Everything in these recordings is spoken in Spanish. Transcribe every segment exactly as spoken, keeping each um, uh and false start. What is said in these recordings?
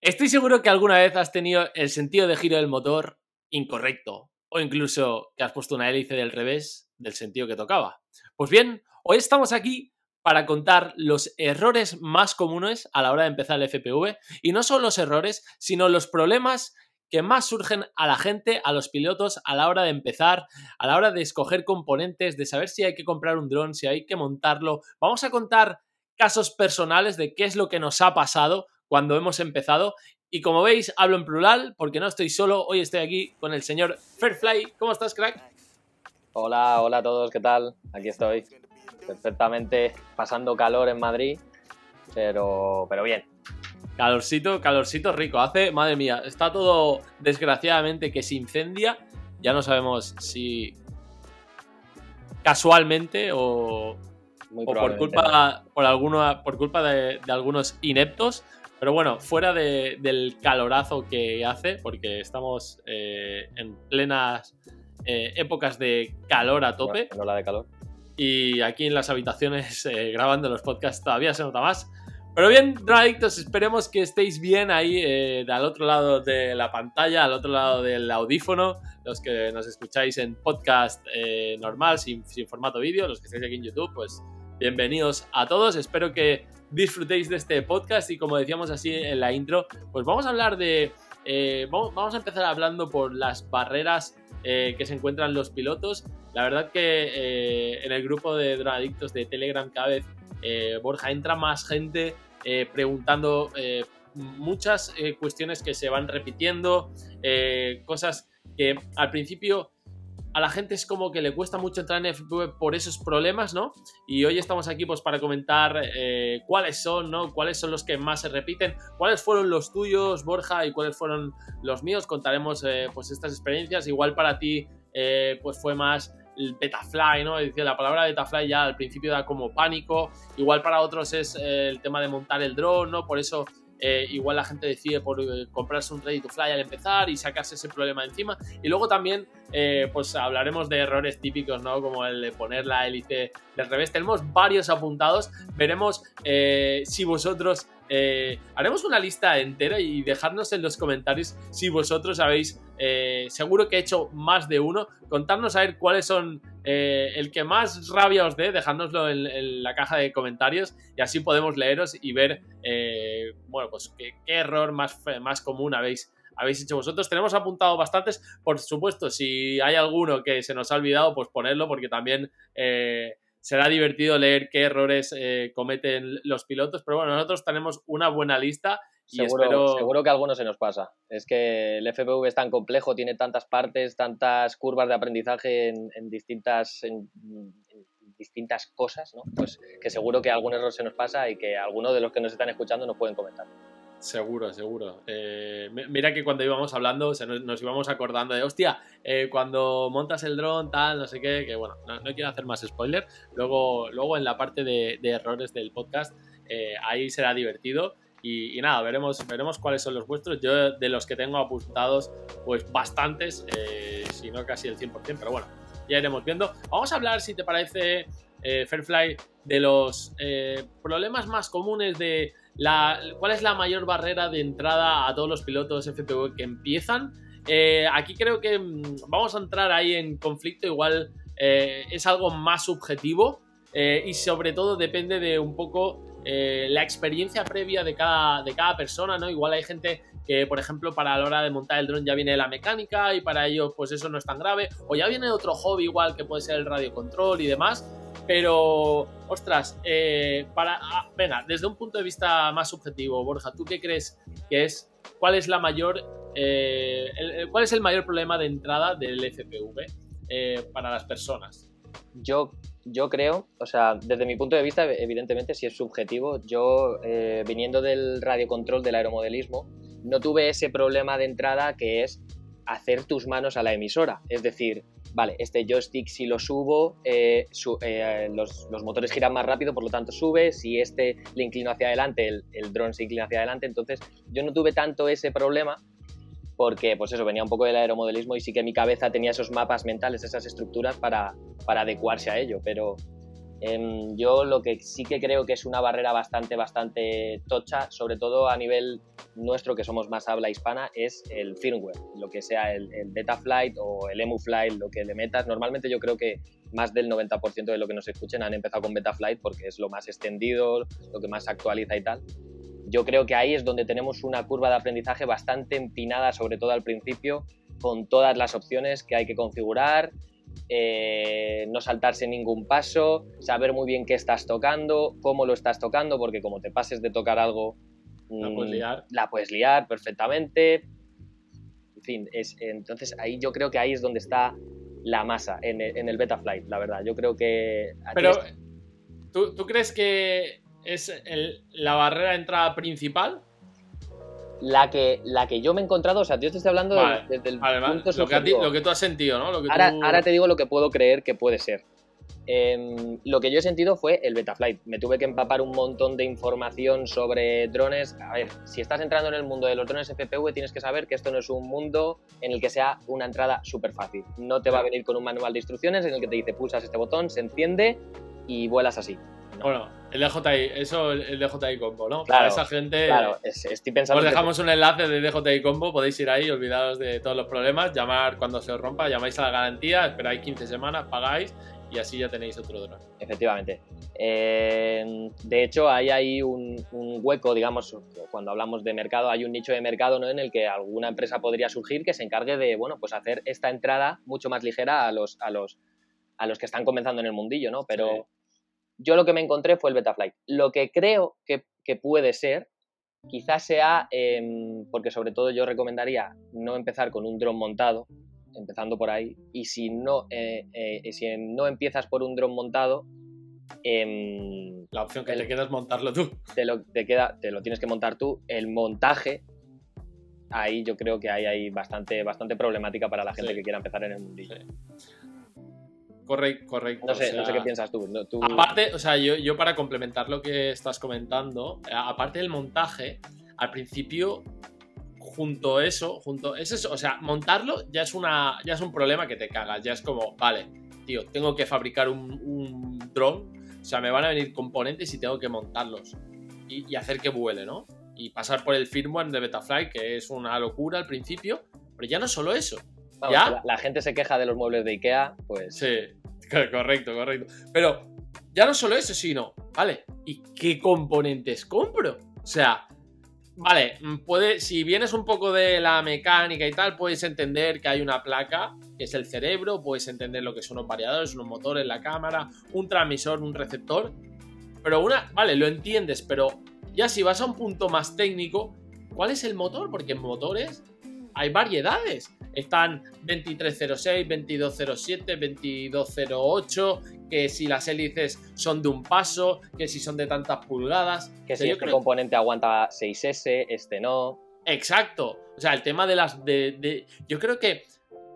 Estoy seguro que alguna vez has tenido el sentido de giro del motor incorrecto o incluso que has puesto una hélice del revés del sentido que tocaba. Pues bien, hoy estamos aquí para contar los errores más comunes a la hora de empezar el F P V y no solo los errores, sino los problemas que más surgen a la gente, a los pilotos a la hora de empezar, a la hora de escoger componentes, de saber si hay que comprar un dron, si hay que montarlo. Vamos a contar casos personales de qué es lo que nos ha pasado cuando hemos empezado. Y como veis, hablo en plural porque no estoy solo. Hoy estoy aquí con el señor Fairfly. ¿Cómo estás, crack? Hola, hola a todos, ¿qué tal? Aquí estoy, perfectamente pasando calor en Madrid, pero, pero bien. Calorcito, calorcito rico. Hace, madre mía, está todo desgraciadamente que se incendia. Ya no sabemos si casualmente o, Muy o por culpa, por alguna, por culpa de, de algunos ineptos. Pero bueno, fuera de, del calorazo que hace, porque estamos eh, en plenas eh, épocas de calor a tope. No, no la de calor. Y aquí en las habitaciones eh, grabando los podcasts todavía se nota más. Pero bien, drogadictos, esperemos que estéis bien ahí eh, al otro lado de la pantalla, al otro lado del audífono, los que nos escucháis en podcast eh, normal, sin, sin formato vídeo, los que estáis aquí en YouTube, pues bienvenidos a todos. Espero que disfrutéis de este podcast y como decíamos así en la intro, pues vamos a hablar de... Eh, vamos, vamos a empezar hablando por las barreras eh, que se encuentran los pilotos. La verdad que eh, en el grupo de drogadictos de Telegram cada vez eh, Borja entra más gente eh, preguntando eh, muchas eh, cuestiones que se van repitiendo, eh, cosas que al principio a la gente es como que le cuesta mucho entrar en F P V por esos problemas, ¿no? Y hoy estamos aquí pues para comentar eh, cuáles son, ¿no? Cuáles son los que más se repiten, cuáles fueron los tuyos, Borja, y cuáles fueron los míos. Contaremos eh, pues estas experiencias. Igual para ti eh, pues fue más el Betafly, ¿no? Es decir, la palabra Betafly ya al principio da como pánico. Igual para otros es eh, el tema de montar el dron, ¿no? Por eso Eh, igual la gente decide por eh, comprarse un Ready to Fly al empezar y sacarse ese problema de encima. Y luego también eh, pues hablaremos de errores típicos, ¿no? Como el de poner la hélice del revés. Tenemos varios apuntados. Veremos eh, si vosotros eh, haremos una lista entera y dejadnos en los comentarios si vosotros habéis eh, seguro que he hecho más de uno. Contadnos a ver cuáles son eh, el que más rabia os dé. Dejádnoslo en, en la caja de comentarios y así podemos leeros y ver eh, bueno, pues qué, qué error más, más común habéis, habéis hecho vosotros. Tenemos apuntado bastantes, por supuesto, si hay alguno que se nos ha olvidado, pues ponerlo, porque también eh, será divertido leer qué errores eh, cometen los pilotos, pero bueno, nosotros tenemos una buena lista y seguro, espero... seguro que a algunos se nos pasa. Es que el F P V es tan complejo, tiene tantas partes, tantas curvas de aprendizaje en, en distintas... En, en distintas cosas, ¿no? Pues que seguro que algún error se nos pasa y que algunos de los que nos están escuchando nos pueden comentar. Seguro, seguro. Eh, mira que cuando íbamos hablando, o sea, nos, nos íbamos acordando de, hostia, eh, cuando montas el dron, tal, no sé qué, que bueno, no, no quiero hacer más spoiler. Luego, luego en la parte de, de errores del podcast, eh, ahí será divertido. Y, y nada, veremos, veremos cuáles son los vuestros. Yo de los que tengo apuntados, pues bastantes, eh, si no casi el cien por ciento, pero bueno, ya iremos viendo. Vamos a hablar, si te parece, eh, Fairfly, de los eh, problemas más comunes de la, cuál es la mayor barrera de entrada a todos los pilotos F P V que empiezan. Eh, aquí creo que mmm, vamos a entrar ahí en conflicto, igual eh, es algo más subjetivo eh, y sobre todo depende de un poco eh, la experiencia previa de cada, de cada persona, ¿no? Igual hay gente que, por ejemplo, para la hora de montar el dron ya viene la mecánica y para ellos pues eso no es tan grave, o ya viene otro hobby igual que puede ser el radiocontrol y demás, pero ostras, eh, para ah, venga, desde un punto de vista más subjetivo, Borja, ¿tú qué crees que es, cuál es la mayor eh, el, el, cuál es el mayor problema de entrada del F P V eh, para las personas? Yo Yo creo, o sea, desde mi punto de vista, evidentemente, si es subjetivo, yo, eh, viniendo del radiocontrol, del aeromodelismo, no tuve ese problema de entrada que es hacer tus manos a la emisora. Es decir, vale, este joystick si lo subo, eh, su, eh, los, los motores giran más rápido, por lo tanto sube. Si este le inclino hacia adelante, el, el dron se inclina hacia adelante. Entonces, yo no tuve tanto ese problema porque, pues eso, venía un poco del aeromodelismo y sí que mi cabeza tenía esos mapas mentales, esas estructuras para, para adecuarse a ello. Pero Eh, yo lo que sí que creo que es una barrera bastante, bastante tocha, sobre todo a nivel nuestro, que somos más habla hispana, es el firmware, lo que sea el, el Betaflight o el EmuFlight, lo que le metas. Normalmente yo creo que más del noventa por ciento de lo que nos escuchen han empezado con Betaflight porque es lo más extendido, lo que más se actualiza y tal. Yo creo que ahí es donde tenemos una curva de aprendizaje bastante empinada, sobre todo al principio, con todas las opciones que hay que configurar, eh, no saltarse ningún paso, saber muy bien qué estás tocando, cómo lo estás tocando, porque como te pases de tocar algo, la puedes liar, la puedes liar perfectamente. En fin, es, entonces ahí yo creo que ahí es donde está la masa, en el, en el Betaflight, la verdad. Yo creo que... Pero, ¿tú, ¿tú crees que es el, la barrera de entrada principal? La que, la que yo me he encontrado, o sea, yo te estoy hablando vale, desde el vale, punto vale. Lo, que ti, lo que tú has sentido, ¿no? Lo que ahora, tú... ahora te digo lo que puedo creer que puede ser. Eh, lo que yo he sentido fue el Betaflight. Me tuve que empapar un montón de información sobre drones. A ver, si estás entrando en el mundo de los drones F P V, tienes que saber que esto no es un mundo en el que sea una entrada súper fácil. No te va a venir con un manual de instrucciones en el que te dice pulsas este botón, se enciende y vuelas así. No. Bueno, el D J I, eso el D J I Combo, ¿no? Claro, para esa gente. Claro, es, estoy pensando. Os dejamos que... un enlace de D J I Combo, podéis ir ahí, olvidaros de todos los problemas, llamar cuando se os rompa, llamáis a la garantía, esperáis quince semanas, pagáis y así ya tenéis otro dron. Efectivamente. Eh, de hecho, hay ahí un, un hueco, digamos, cuando hablamos de mercado, hay un nicho de mercado, ¿no?, en el que alguna empresa podría surgir que se encargue de, bueno, pues hacer esta entrada mucho más ligera a los, a los, a los que están comenzando en el mundillo, ¿no? Pero sí. Yo lo que me encontré fue el Betaflight. Lo que creo que, que puede ser, quizás sea, eh, porque sobre todo yo recomendaría no empezar con un dron montado, empezando por ahí, y si no, eh, eh, si no empiezas por un dron montado, eh, la opción que el, te queda es montarlo tú. Te lo, te, queda, te lo tienes que montar tú. El montaje, ahí yo creo que hay, hay bastante, bastante problemática para la gente sí. que quiera empezar en el mundillo. Sí. Correcto, correcto. No sé, o sea, no sé qué piensas tú, ¿no? tú. Aparte, o sea, yo, yo para complementar lo que estás comentando, aparte del montaje, al principio, junto a eso, junto es eso, o sea, montarlo ya es una, ya es un problema que te cagas, ya es como, vale, tío, tengo que fabricar un, un dron, o sea, me van a venir componentes y tengo que montarlos y, y hacer que vuele, ¿no? Y pasar por el firmware de Betaflight, que es una locura al principio, pero ya no solo eso. Vamos, ¿ya? La, la gente se queja de los muebles de Ikea, pues... Sí, correcto, correcto. Pero ya no solo eso, sino, vale, ¿y qué componentes compro? O sea, vale, puede, si vienes un poco de la mecánica y tal, puedes entender que hay una placa, que es el cerebro, puedes entender lo que son los variadores, unos motores, la cámara, un transmisor, un receptor. Pero una, vale, lo entiendes, pero ya si vas a un punto más técnico, ¿cuál es el motor? Porque en motores hay variedades. Están veintitrés cero seis, veintidós cero siete, veintidós cero ocho, que si las hélices son de un paso, que si son de tantas pulgadas. Que si este creo... componente aguanta seis ese, este no. Exacto. O sea, el tema de las... De, de... Yo creo que...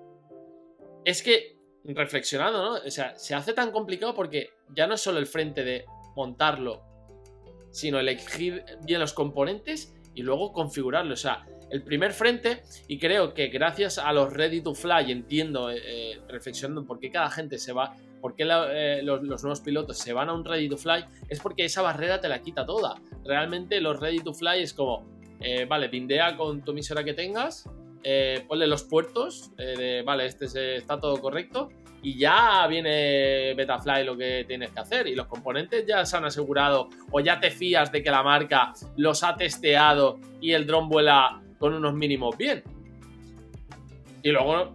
Es que, reflexionando, ¿no? O sea, se hace tan complicado porque ya no es solo el frente de montarlo, sino elegir bien los componentes y luego configurarlo. O sea, el primer frente, y creo que gracias a los Ready to Fly, entiendo, eh, reflexionando por qué cada gente se va, por qué la, eh, los, los nuevos pilotos se van a un Ready to Fly, es porque esa barrera te la quita toda. Realmente los Ready to Fly es como, eh, vale, bindea con tu emisora que tengas, eh, ponle los puertos, eh, de, vale, este se, está todo correcto, y ya viene Betaflight lo que tienes que hacer, y los componentes ya se han asegurado, o ya te fías de que la marca los ha testeado y el dron vuela con unos mínimos bien. Y luego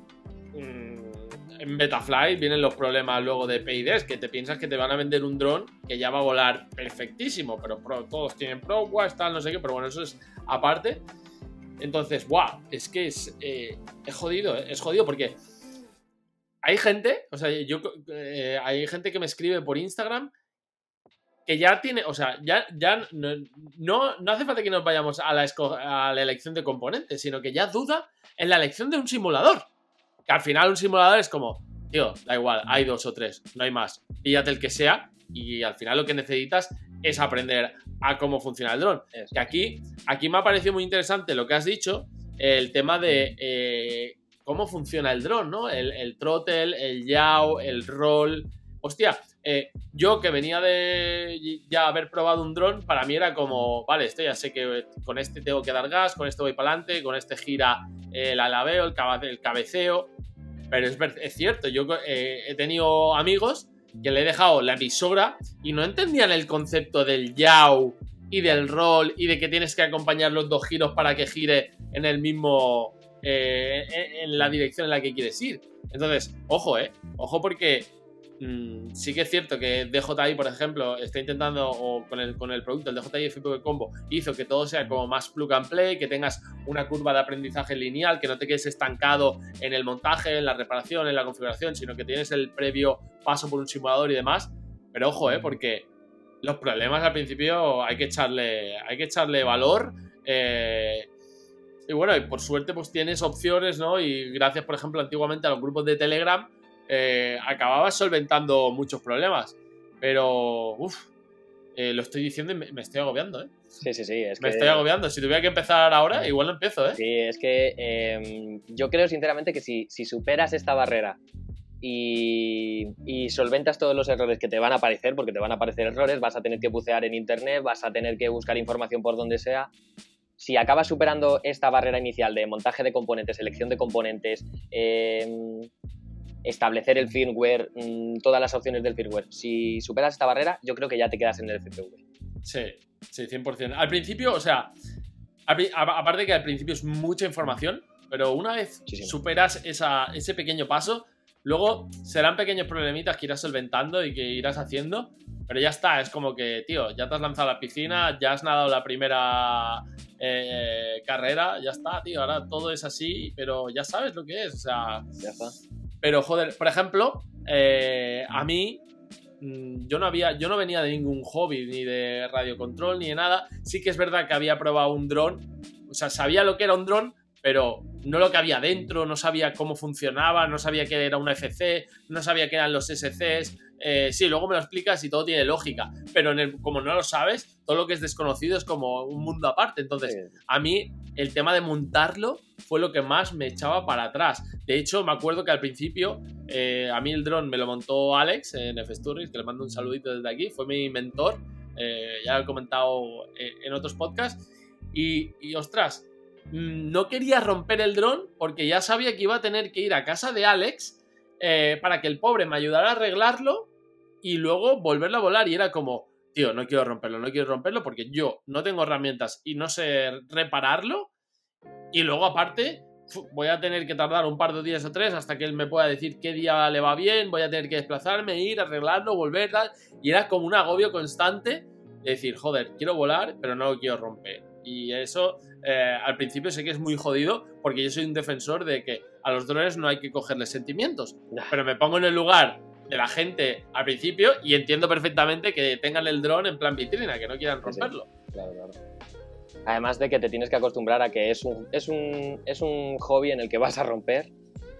mmm, en Betaflight vienen los problemas luego de P I Ds, que te piensas que te van a vender un dron que ya va a volar perfectísimo, pero pro, todos tienen ProWash, tal, no sé qué, pero bueno, eso es aparte. Entonces, wow, es que es, eh, es jodido, eh, es jodido porque hay gente, o sea, yo eh, hay gente que me escribe por Instagram que ya tiene, o sea, ya, ya no, no, no hace falta que nos vayamos a la, a la elección de componentes, sino que ya duda en la elección de un simulador. Que al final un simulador es como, tío, da igual, hay dos o tres, no hay más. Píllate el que sea y al final lo que necesitas es aprender a cómo funciona el dron. Es que aquí, aquí me ha parecido muy interesante lo que has dicho, el tema de eh, cómo funciona el dron, ¿no? El, el throttle, el yaw, el roll. Hostia, eh, yo que venía de ya haber probado un dron, para mí era como, vale, esto ya sé que con este tengo que dar gas, con este voy para adelante, con este gira eh, el alabeo, el, cabe, el cabeceo. Pero es, es cierto, yo eh, he tenido amigos que le he dejado la emisora y no entendían el concepto del yaw y del roll y de que tienes que acompañar los dos giros para que gire en el mismo eh, en la dirección en la que quieres ir. Entonces, ojo, eh, ojo porque mmm, sí que es cierto que D J I, por ejemplo, está intentando, o con el, con el producto, el D J I F P V Combo, hizo que todo sea como más plug and play, que tengas una curva de aprendizaje lineal, que no te quedes estancado en el montaje, en la reparación, en la configuración, sino que tienes el previo paso por un simulador y demás. Pero ojo, eh, porque los problemas al principio hay que echarle, hay que echarle valor. Eh, y bueno, y por suerte pues tienes opciones, ¿no? Y gracias, por ejemplo, antiguamente a los grupos de Telegram, eh, acababas solventando muchos problemas. Pero, uff, eh, lo estoy diciendo y me, me estoy agobiando, ¿eh? Sí, sí, sí. Es me que... estoy agobiando. Si tuviera que empezar ahora, igual no empiezo, ¿eh? Sí, es que eh, yo creo sinceramente que si, si superas esta barrera y, y solventas todos los errores que te van a aparecer, porque te van a aparecer errores, vas a tener que bucear en internet, vas a tener que buscar información por donde sea. Si acabas superando esta barrera inicial de montaje de componentes, selección de componentes, eh, establecer el firmware, mmm, todas las opciones del firmware, si superas esta barrera, yo creo que ya te quedas en el F P V. Sí, sí, cien por ciento. Al principio, o sea, aparte que al principio es mucha información, pero una vez sí, sí. superas esa, ese pequeño paso, luego serán pequeños problemitas que irás solventando y que irás haciendo, pero ya está, es como que, tío, ya te has lanzado a la piscina, ya has nadado la primera eh, carrera, ya está, tío, ahora todo es así, pero ya sabes lo que es, o sea... Ya está. Pero, joder, por ejemplo, eh, a mí... Yo no había, yo no venía de ningún hobby, ni de radiocontrol, ni de nada. Sí que es verdad que había probado un dron. O sea, sabía lo que era un dron, pero no lo que había dentro, no sabía cómo funcionaba, no sabía qué era una F C, no sabía qué eran los S Cs. Eh, sí, luego me lo explicas y todo tiene lógica. Pero en el, como no lo sabes, todo lo que es desconocido es como un mundo aparte. Entonces, sí. a mí el tema de montarlo fue lo que más me echaba para atrás. De hecho, me acuerdo que al principio eh, a mí el dron me lo montó Alex en F Stories, que le mando un saludito desde aquí, fue mi mentor, eh, ya lo he comentado eh, en otros podcasts, y, y ostras, no quería romper el dron porque ya sabía que iba a tener que ir a casa de Alex eh, para que el pobre me ayudara a arreglarlo y luego volverlo a volar, y era como, tío, no quiero romperlo, no quiero romperlo porque yo no tengo herramientas y no sé repararlo. Y luego, aparte, voy a tener que tardar un par de días o tres hasta que él me pueda decir qué día le va bien, voy a tener que desplazarme, ir, arreglarlo, volver, tal. Y era como un agobio constante de decir, joder, quiero volar, pero no lo quiero romper. Y eso, eh, al principio sé que es muy jodido, porque yo soy un defensor de que a los drones no hay que cogerles sentimientos. Pero me pongo en el lugar de la gente al principio y entiendo perfectamente que tengan el dron en plan vitrina, que no quieran romperlo. Sí, claro, claro. Además de que te tienes que acostumbrar a que es un, es un, es un hobby en el que vas a romper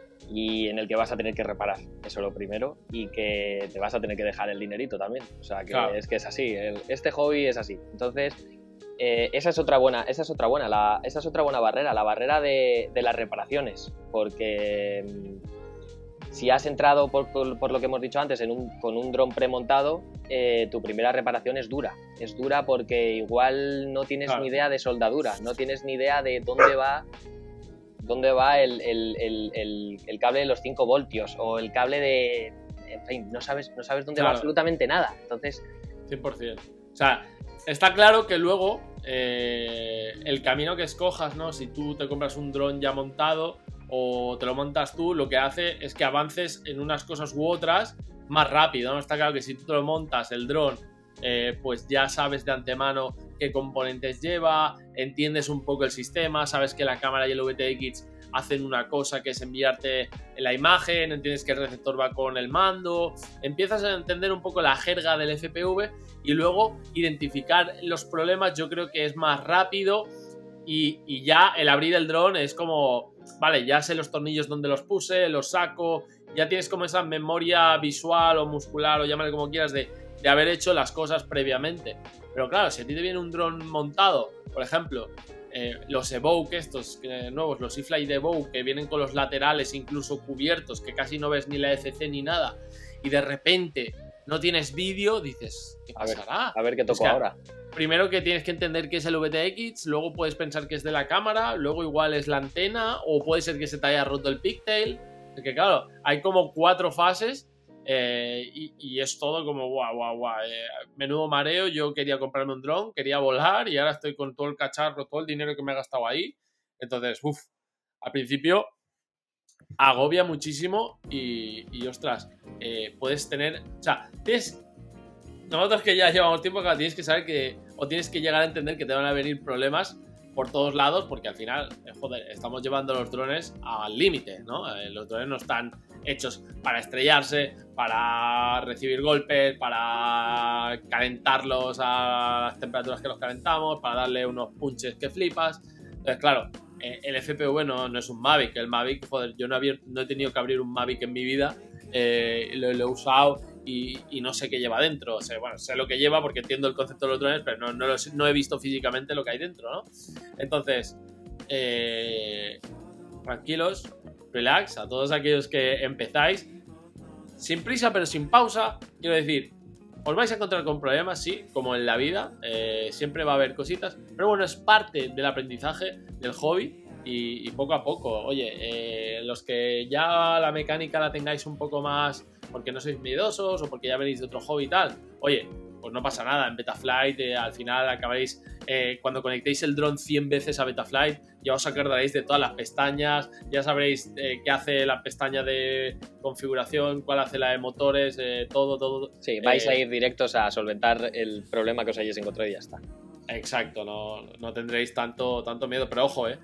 y en el que vas a tener que reparar, eso lo primero, y que te vas a tener que dejar el dinerito también. O sea, que claro. es que es así, el, este hobby es así. Entonces, eh, esa es otra buena, esa es otra buena, la, esa es otra buena barrera, la barrera de, de las reparaciones, porque si has entrado, por, por, por lo que hemos dicho antes, en un, con un dron premontado, eh, tu primera reparación es dura. Es dura porque igual no tienes claro. ni idea de soldadura, no tienes ni idea de dónde va, dónde va el, el, el, el, el cable de los cinco voltios o el cable de... En fin, no sabes, no sabes dónde claro. va absolutamente nada. Entonces... cien por ciento. O sea, está claro que luego eh, el camino que escojas, ¿no? Si tú te compras un dron ya montado o te lo montas tú, lo que hace es que avances en unas cosas u otras más rápido, ¿no? Está claro que si tú te lo montas el dron, eh, pues ya sabes de antemano qué componentes lleva, entiendes un poco el sistema, sabes que la cámara y el V T X hacen una cosa que es enviarte la imagen, entiendes que el receptor va con el mando, empiezas a entender un poco la jerga del F P V y luego identificar los problemas. Yo creo que es más rápido y, y ya el abrir el dron es como, vale, ya sé los tornillos donde los puse, los saco, ya tienes como esa memoria visual o muscular o llámale como quieras de, de haber hecho las cosas previamente. Pero claro, si a ti te viene un dron montado, por ejemplo, eh, los Evoke estos eh, nuevos, los E-Fly de Evoke, que vienen con los laterales incluso cubiertos, que casi no ves ni la F C ni nada, y de repente no tienes vídeo, dices, ¿qué pasará? A ver, a ver qué toco es que, ahora. Primero que tienes que entender qué es el V T X, luego puedes pensar que es de la cámara, luego igual es la antena, o puede ser que se te haya roto el pigtail. Es que claro, hay como cuatro fases eh, y, y es todo como guau, guau, guau. Eh, menudo mareo, yo quería comprarme un dron, quería volar y ahora estoy con todo el cacharro, todo el dinero que me he gastado ahí. Entonces, uff, al principio agobia muchísimo y, y ostras, eh, puedes tener... O sea, tienes... Nosotros que ya llevamos tiempo, claro, tienes que saber que, o tienes que llegar a entender que te van a venir problemas por todos lados, porque al final, eh, joder, estamos llevando los drones al límite, ¿no? Eh, los drones no están hechos para estrellarse, para recibir golpes, para calentarlos a las temperaturas que los calentamos, para darle unos punches que flipas. Entonces, claro, eh, el F P V no, no es un Mavic. El Mavic, joder, yo no, había, no he tenido que abrir un Mavic en mi vida, eh, lo, lo he usado. Y, y no sé qué lleva dentro, o sea, bueno, sé lo que lleva porque entiendo el concepto de los drones, pero no, no, lo sé, no he visto físicamente lo que hay dentro, ¿no? Entonces, eh, tranquilos, relax, a todos aquellos que empezáis, sin prisa pero sin pausa, quiero decir, os vais a encontrar con problemas, sí, como en la vida, eh, siempre va a haber cositas, pero bueno, es parte del aprendizaje del hobby. Y, y poco a poco, oye, eh, los que ya la mecánica la tengáis un poco más porque no sois miedosos o porque ya venís de otro hobby y tal, oye, pues no pasa nada, en Betaflight eh, al final acabaréis, eh, cuando conectéis el dron cien veces a Betaflight, ya os acordaréis de todas las pestañas, ya sabréis eh, qué hace la pestaña de configuración, cuál hace la de motores, eh, todo, todo. Sí, vais eh, a ir directos a solventar el problema que os hayáis encontrado y ya está. Exacto, no, no tendréis tanto, tanto miedo, pero ojo, eh,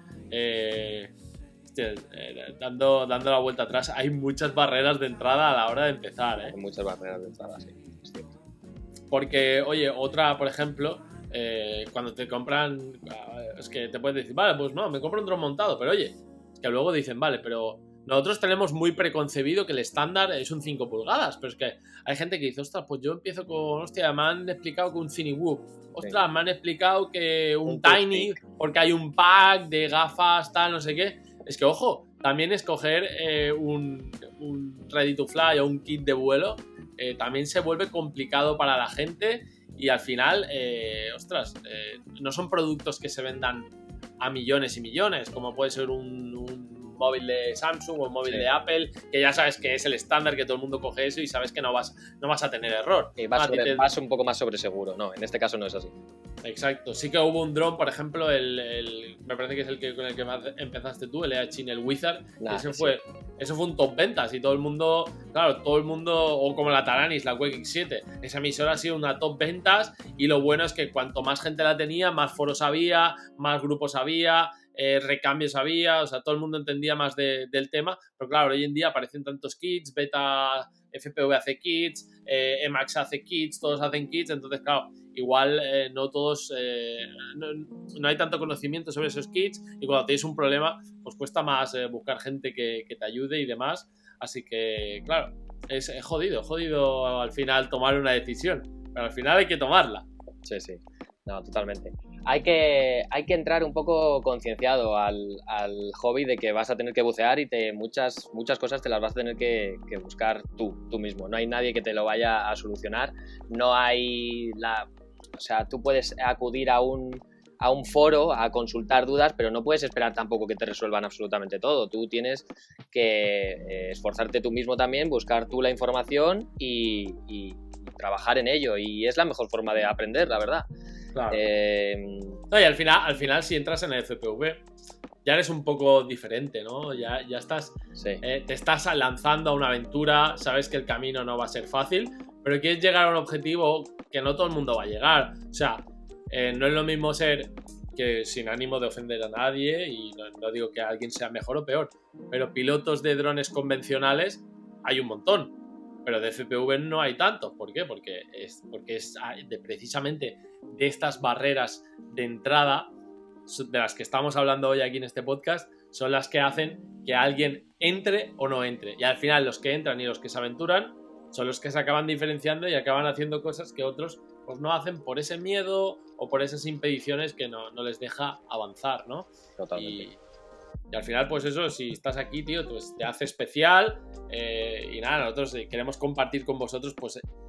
eh hostia, eh, dando, dando la vuelta atrás, hay muchas barreras de entrada a la hora de empezar, ¿eh? Hay muchas barreras de entrada, sí, es cierto. Porque, oye, otra, por ejemplo, eh, cuando te compran, es que te puedes decir, vale, pues no, me compro un dron montado, pero oye, es que luego dicen, vale, pero nosotros tenemos muy preconcebido que el estándar es un cinco pulgadas, pero es que hay gente que dice, ostras, pues yo empiezo con, hostia, me han explicado que un Cinewhoop, ostras, sí. me han explicado que un, un Tiny, porque hay un pack de gafas, tal, no sé qué. Es que, ojo, también escoger eh, un, un Ready to Fly o un kit de vuelo eh, también se vuelve complicado para la gente y al final, eh, ostras, eh, no son productos que se vendan a millones y millones, como puede ser un, un móvil de Samsung o un móvil sí. de Apple, que ya sabes que es el estándar, que todo el mundo coge eso y sabes que no vas, no vas a tener error. Y vas, ah, sobre, te... vas un poco más sobre seguro, no, en este caso no es así. Exacto, sí que hubo un dron, por ejemplo, el, el, me parece que es el que con el que más empezaste tú, el E H I N, el Wizard, nah, ese fue, sí. eso fue un top ventas y todo el mundo, claro, todo el mundo, o como la Taranis, la Quake X siete, esa emisora ha sido una top ventas y lo bueno es que cuanto más gente la tenía, más foros había, más grupos había, eh, recambios había, o sea, todo el mundo entendía más de, del tema, pero claro, hoy en día aparecen tantos kits, Beta, F P V hace kits, eh, Emacs hace kits, todos hacen kits, entonces claro, igual eh, no todos, eh, no, no hay tanto conocimiento sobre esos kits y cuando tenéis un problema pues cuesta más eh, buscar gente que, que te ayude y demás, así que claro, es, es jodido, jodido al final tomar una decisión, pero al final hay que tomarla. Sí, sí, no, totalmente. Hay que, hay que entrar un poco concienciado al, al hobby de que vas a tener que bucear y te, muchas, muchas cosas te las vas a tener que, que buscar tú, tú mismo. No hay nadie que te lo vaya a solucionar. No hay la... O sea, tú puedes acudir a un, a un foro a consultar dudas, pero no puedes esperar tampoco que te resuelvan absolutamente todo. Tú tienes que eh, esforzarte tú mismo también, buscar tú la información y, y, y trabajar en ello. Y es la mejor forma de aprender, la verdad. Claro. Eh... No, y al final, al final, si entras en el F P V, ya eres un poco diferente, ¿no? Ya, ya estás, sí. eh, te estás lanzando a una aventura, sabes que el camino no va a ser fácil, pero quieres llegar a un objetivo que no todo el mundo va a llegar. O sea, eh, no es lo mismo ser, que sin ánimo de ofender a nadie, y no, no digo que alguien sea mejor o peor, pero pilotos de drones convencionales hay un montón. Pero de F P V no hay tantos. ¿Por qué? Porque es, porque es de, precisamente de estas barreras de entrada de las que estamos hablando hoy aquí en este podcast, son las que hacen que alguien entre o no entre. Y al final los que entran y los que se aventuran son los que se acaban diferenciando y acaban haciendo cosas que otros pues no hacen por ese miedo o por esas impediciones que no, no les deja avanzar, ¿no? Totalmente. Y, Y al final, pues eso, si estás aquí, tío, pues te hace especial. Eh, y nada, nosotros queremos compartir con vosotros, pues,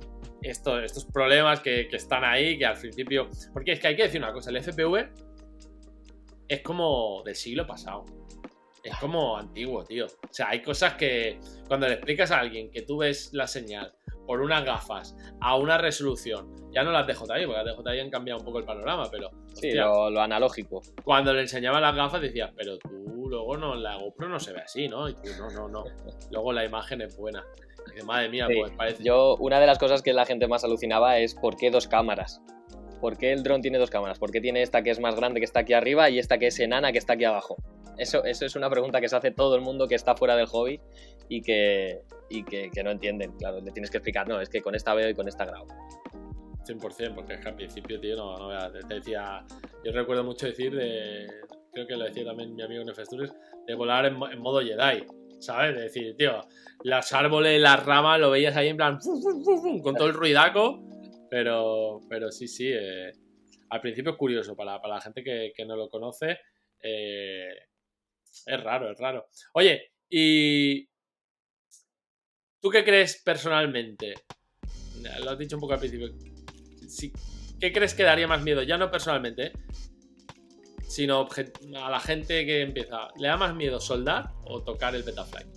esto, estos problemas que, que están ahí, que al principio... Porque es que hay que decir una cosa, el F P V es como del siglo pasado. Es como antiguo, tío. O sea, hay cosas que cuando le explicas a alguien que tú ves la señal por unas gafas a una resolución, ya no las de J I, porque las de J I han cambiado un poco el panorama, pero... Sí, hostia, lo, lo analógico. cuando le enseñaba las gafas decías, pero tú luego no, la GoPro no se ve así, ¿no? Y tú, no, no, no. Luego la imagen es buena. Y dices, madre mía, Sí, pues parece... Yo, una de las cosas que la gente más alucinaba es ¿por qué dos cámaras? ¿Por qué el dron tiene dos cámaras? ¿Por qué tiene esta que es más grande que está aquí arriba y esta que es enana que está aquí abajo? Eso, eso es una pregunta que se hace todo el mundo que está fuera del hobby y que, y que, que no entienden. Claro, le tienes que explicar, no, es que con esta veo y con esta grabo. cien por ciento, porque es que al principio, tío, no, no veas, te decía... Yo recuerdo mucho decir de... Creo que lo decía también mi amigo Nefestures, de volar en, en modo Jedi, ¿sabes? De decir, tío, los árboles, las ramas, lo veías ahí en plan... Fum, fum, fum, fum, con todo el ruidaco, pero, pero sí, sí, eh, al principio es curioso, para, para la gente que, que no lo conoce, eh, es raro, es raro. Oye, y... ¿Tú qué crees personalmente? Lo has dicho un poco al principio. Si, ¿Qué crees que daría más miedo? Ya no personalmente, ¿eh? Sino a la gente que empieza. ¿Le da más miedo soldar o tocar el Betaflight?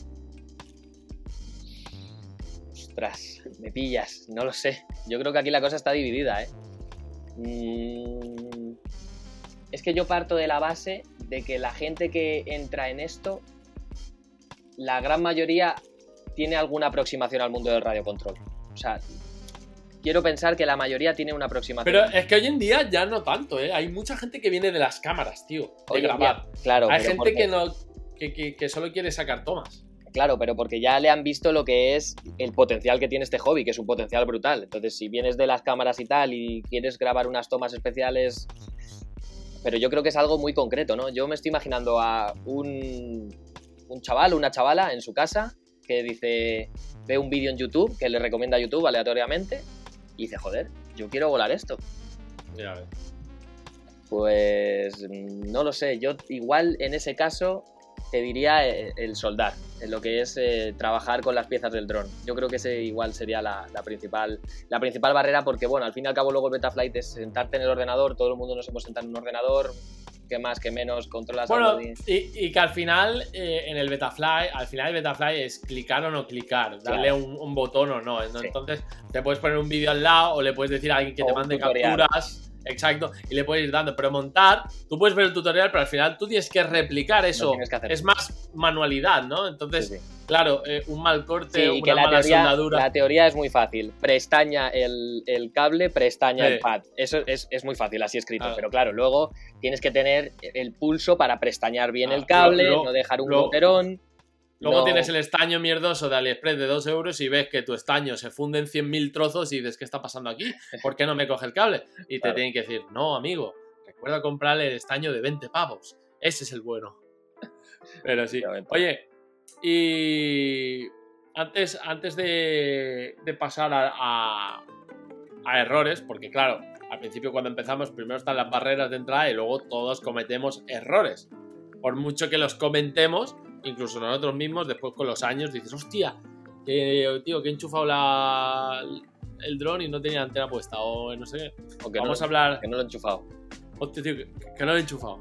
Ostras, me pillas, no lo sé. Yo creo que aquí la cosa está dividida, ¿eh? Mm, es que yo parto de la base de que la gente que entra en esto, la gran mayoría tiene alguna aproximación al mundo del radiocontrol. O sea, quiero pensar que la mayoría tiene una aproximación. Pero es que hoy en día ya no tanto, ¿eh? Hay mucha gente que viene de las cámaras, tío, de Hoy en grabar. día, claro, Hay pero gente porque- que no que, que, que solo quiere sacar tomas. Claro, pero porque ya le han visto lo que es el potencial que tiene este hobby, que es un potencial brutal. Entonces, si vienes de las cámaras y tal y quieres grabar unas tomas especiales... Pero yo creo que es algo muy concreto, ¿no? Yo me estoy imaginando a un, un chaval o una chavala en su casa que dice, ve un vídeo en YouTube, que le recomienda YouTube aleatoriamente, y dice, joder, yo quiero volar esto. Ya ves. Pues no lo sé, yo igual en ese caso te diría el, el soldar, en lo que es eh, trabajar con las piezas del dron. Yo creo que ese igual sería la, la, principal, la principal barrera porque, bueno, al fin y al cabo luego el Betaflight es sentarte en el ordenador, todo el mundo nos hemos sentado en un ordenador, que más que menos controlas Bueno, algo de... y, y que al final, eh, en el Betafly, al final el Betafly es clicar o no clicar, darle Claro. un, un botón o no. Sí. Entonces, te puedes poner un vídeo al lado o le puedes decir a alguien que O te un mande tutorial. capturas. Exacto, y le puedes ir dando. Pero montar, tú puedes ver el tutorial, pero al final tú tienes que replicar eso. tienes que hacer. Es más manualidad, ¿no? Entonces, Sí, sí. claro, eh, un mal corte, Sí, y una que la mala teoría, soldadura. la teoría es muy fácil. Prestaña el, el cable, prestaña Sí. el pad. Eso es, es muy fácil, así escrito. Claro. Pero claro, luego tienes que tener el pulso para prestañar bien Ah, el cable, luego- no dejar un luego- goterón. Luego no- tienes el estaño mierdoso de AliExpress de dos euros y ves que tu estaño se funde en cien mil trozos y dices, ¿qué está pasando aquí? ¿Por qué no me coge el cable? Y te Claro. tienen que decir, no, amigo, recuerda comprarle el estaño de veinte pavos. Ese es el bueno. Pero sí. Efectivamente. Oye, y antes, antes de, de pasar a, a, a errores, porque claro, al principio cuando empezamos primero están las barreras de entrada y luego todos cometemos errores. Por mucho que los comentemos, incluso nosotros mismos, después con los años dices, hostia, que, tío, que he enchufado la, el dron y no tenía antena puesta, o no sé qué. O que Vamos no, a hablar... que no lo he enchufado. Hostia, tío, que, que no lo he enchufado.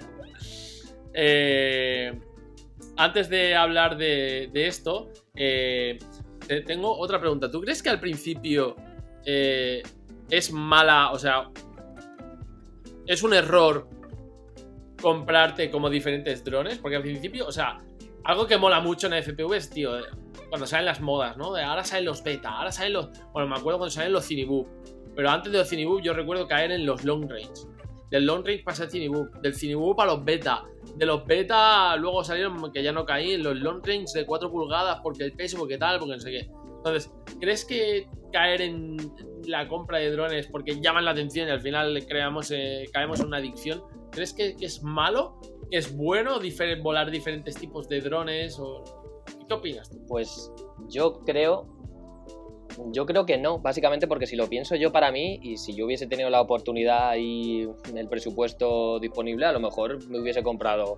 eh, antes de hablar de, de esto, eh, te tengo otra pregunta. ¿Tú crees que al principio eh, es mala, o sea, es un error comprarte como diferentes drones? Porque al principio, o sea, algo que mola mucho en F P V es, tío, cuando salen las modas, ¿no? De ahora salen los beta, ahora salen los... Bueno, me acuerdo cuando salen los Cinebook. Pero antes de los Cinebook yo recuerdo caer en los long range. Del long range pasé al Cinebook. Del Cinebook a los beta. De los beta luego salieron, que ya no caí, en los long range de cuatro pulgadas porque el peso, porque tal, porque no sé qué. Entonces, ¿crees que caer en la compra de drones porque llaman la atención y al final creamos, eh, caemos en una adicción? ¿Crees que, que es malo? ¿Es bueno difer- volar diferentes tipos de drones? O... ¿Qué opinas tú? Pues yo creo, yo creo que no, básicamente porque si lo pienso yo para mí y si yo hubiese tenido la oportunidad y el presupuesto disponible, a lo mejor me hubiese comprado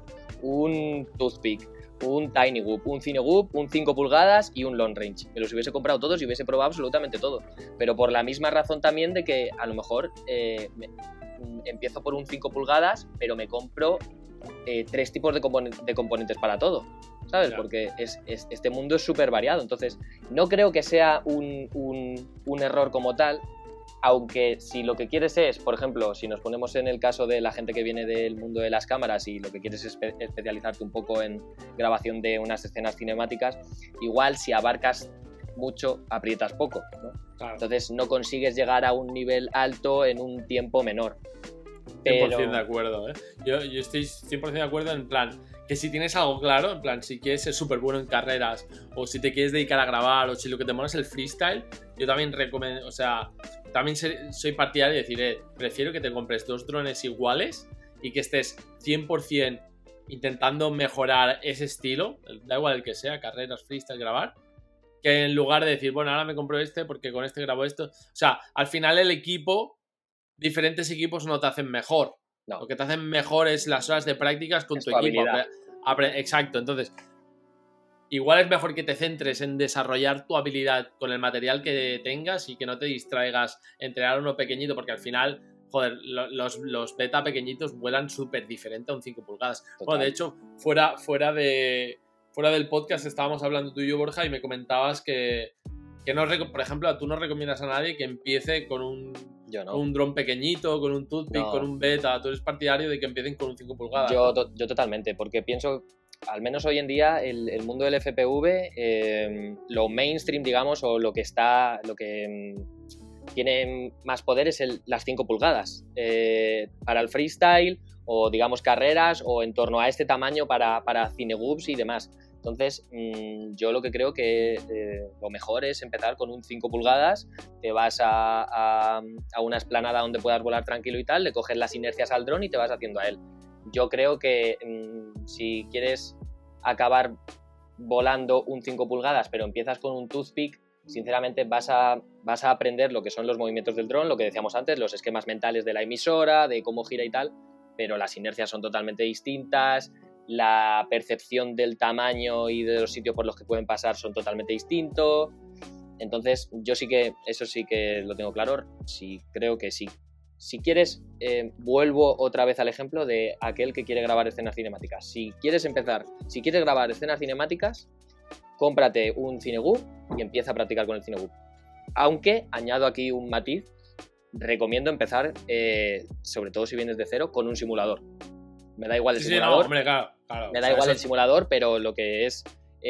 un Toothpick, un Tiny Whoop, un Cine Whoop, un cinco pulgadas y un Long Range. Me los hubiese comprado todos y hubiese probado absolutamente todo. Pero por la misma razón también de que a lo mejor eh, me, empiezo por un cinco pulgadas, pero me compro eh, tres tipos de, componen- de componentes para todo, ¿sabes? Claro. Porque es, es, este mundo es súper variado. Entonces, no creo que sea un, un, un error como tal, aunque si lo que quieres es, por ejemplo, si nos ponemos en el caso de la gente que viene del mundo de las cámaras y lo que quieres es espe- especializarte un poco en grabación de unas escenas cinemáticas, igual si abarcas mucho, aprietas poco, ¿no? Claro. Entonces no consigues llegar a un nivel alto en un tiempo menor. Pero... cien por ciento de acuerdo, ¿eh? Yo, yo estoy cien por ciento de acuerdo en plan, que si tienes algo claro, en plan, si quieres ser súper bueno en carreras, o si te quieres dedicar a grabar, o si lo que te mola es el freestyle, yo también recomiendo, o sea, también soy partidario de decir, eh, prefiero que te compres dos drones iguales y que estés cien por ciento intentando mejorar ese estilo, da igual el que sea, carreras, freestyle, grabar, que en lugar de decir, bueno, ahora me compro este porque con este grabo esto. O sea, al final el equipo, diferentes equipos no te hacen mejor. No. Lo que te hacen mejor es las horas de prácticas con es tu, tu equipo. Apre, apre, exacto, entonces, igual es mejor que te centres en desarrollar tu habilidad con el material que tengas y que no te distraigas en entrenar uno pequeñito, porque al final, joder, los, los beta pequeñitos vuelan súper diferente a un cinco pulgadas. Total. Bueno, de hecho, fuera, fuera, de, fuera del podcast estábamos hablando tú y yo, Borja, y me comentabas que, que no, por ejemplo, tú no recomiendas a nadie que empiece con un, yo no. un dron pequeñito, con un toothpick, no. con un beta. Tú eres partidario de que empiecen con un cinco pulgadas. Yo, ¿no? to, yo totalmente, porque pienso... Al menos hoy en día el, el mundo del F P V, eh, lo mainstream, digamos, o lo que está, lo que mm, tiene más poder es el, las cinco pulgadas. Eh, para el freestyle o, digamos, carreras o en torno a este tamaño para, para cinewhoops y demás. Entonces, mmm, yo lo que creo que eh, lo mejor es empezar con un cinco pulgadas, te vas a, a, a una explanada donde puedas volar tranquilo y tal, le coges las inercias al dron y te vas haciendo a él. Yo creo que mmm, si quieres acabar volando un cinco pulgadas, pero empiezas con un toothpick, sinceramente vas a, vas a aprender lo que son los movimientos del dron, lo que decíamos antes, los esquemas mentales de la emisora, de cómo gira y tal, pero las inercias son totalmente distintas, la percepción del tamaño y de los sitios por los que pueden pasar son totalmente distintos. Entonces, yo sí que, eso sí que lo tengo claro, sí creo que sí. Si quieres, eh, vuelvo otra vez al ejemplo de aquel que quiere grabar escenas cinemáticas. Si quieres empezar, si quieres grabar escenas cinemáticas, cómprate un Cinewhoop y empieza a practicar con el Cinewhoop. Aunque, añado aquí un matiz, recomiendo empezar, eh, sobre todo si vienes de cero, con un simulador. Me da igual el sí, simulador. Sí, no, hombre, claro, claro. Me da o sea, igual el es... simulador, pero lo que es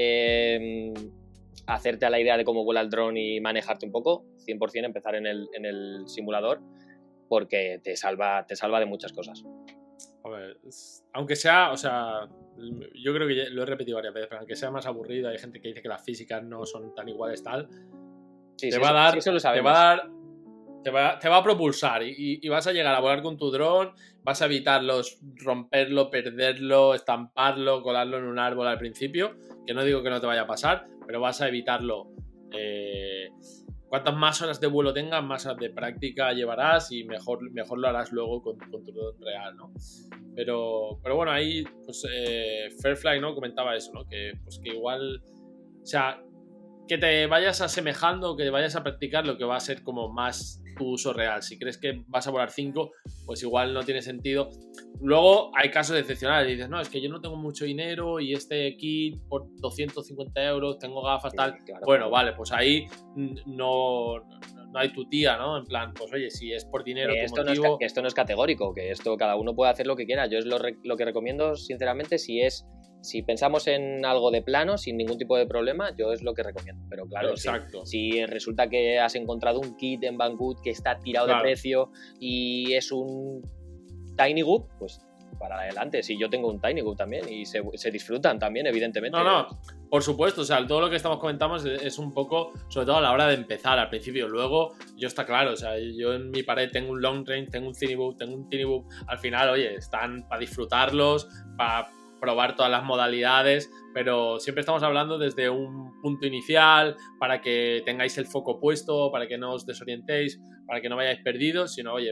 eh, hacerte a la idea de cómo vuela el dron y manejarte un poco, cien por ciento empezar en el, en el simulador, porque te salva, te salva de muchas cosas. A ver, aunque sea, o sea, yo creo que ya lo he repetido varias veces, pero aunque sea más aburrido, hay gente que dice que las físicas no son tan iguales tal, sí, te, sí, va eso, a dar, sí, eso lo te va a dar, te va, te va a propulsar y, y vas a llegar a volar con tu dron, vas a evitarlos, romperlo, perderlo, estamparlo, colarlo en un árbol al principio, que no digo que no te vaya a pasar, pero vas a evitarlo. Eh, Cuantas más horas de vuelo tengas, más horas de práctica llevarás y mejor, mejor lo harás luego con, con tu dron real, ¿no? Pero, pero bueno, ahí, pues, eh, Fairfly, ¿no? Comentaba eso, ¿no? Que, pues, que igual, o sea, que te vayas asemejando, que vayas a practicar lo que va a ser como más tu uso real. Si crees que vas a volar cinco, pues igual no tiene sentido. Luego hay casos excepcionales. Dices, no, es que yo no tengo mucho dinero y este kit por doscientos cincuenta euros, tengo gafas, sí, tal. Claro, bueno, claro. Vale, pues ahí no, no hay tu tía, ¿no? En plan, pues oye, si es por dinero, que, esto, motivo... no es, que esto no es categórico, que esto cada uno puede hacer lo que quiera. Yo es lo, lo que recomiendo, sinceramente, si es... Si pensamos en algo de plano, sin ningún tipo de problema, yo es lo que recomiendo. Pero claro, exacto. Si, si resulta que has encontrado un kit en Banggood que está tirado claro. de precio y es un Tiny Whoop, pues para adelante. Si yo tengo un Tiny Whoop también y se, se disfrutan también, evidentemente. No, no, por supuesto. O sea, todo lo que estamos comentando es, es un poco, sobre todo a la hora de empezar al principio. Luego, yo está claro, o sea, yo en mi pared tengo un Long Range, tengo un Cinewhoop, tengo un Tinywhoop. Al final, oye, están para disfrutarlos, para probar todas las modalidades, pero siempre estamos hablando desde un punto inicial para que tengáis el foco puesto, para que no os desorientéis, para que no vayáis perdidos, sino, oye, pues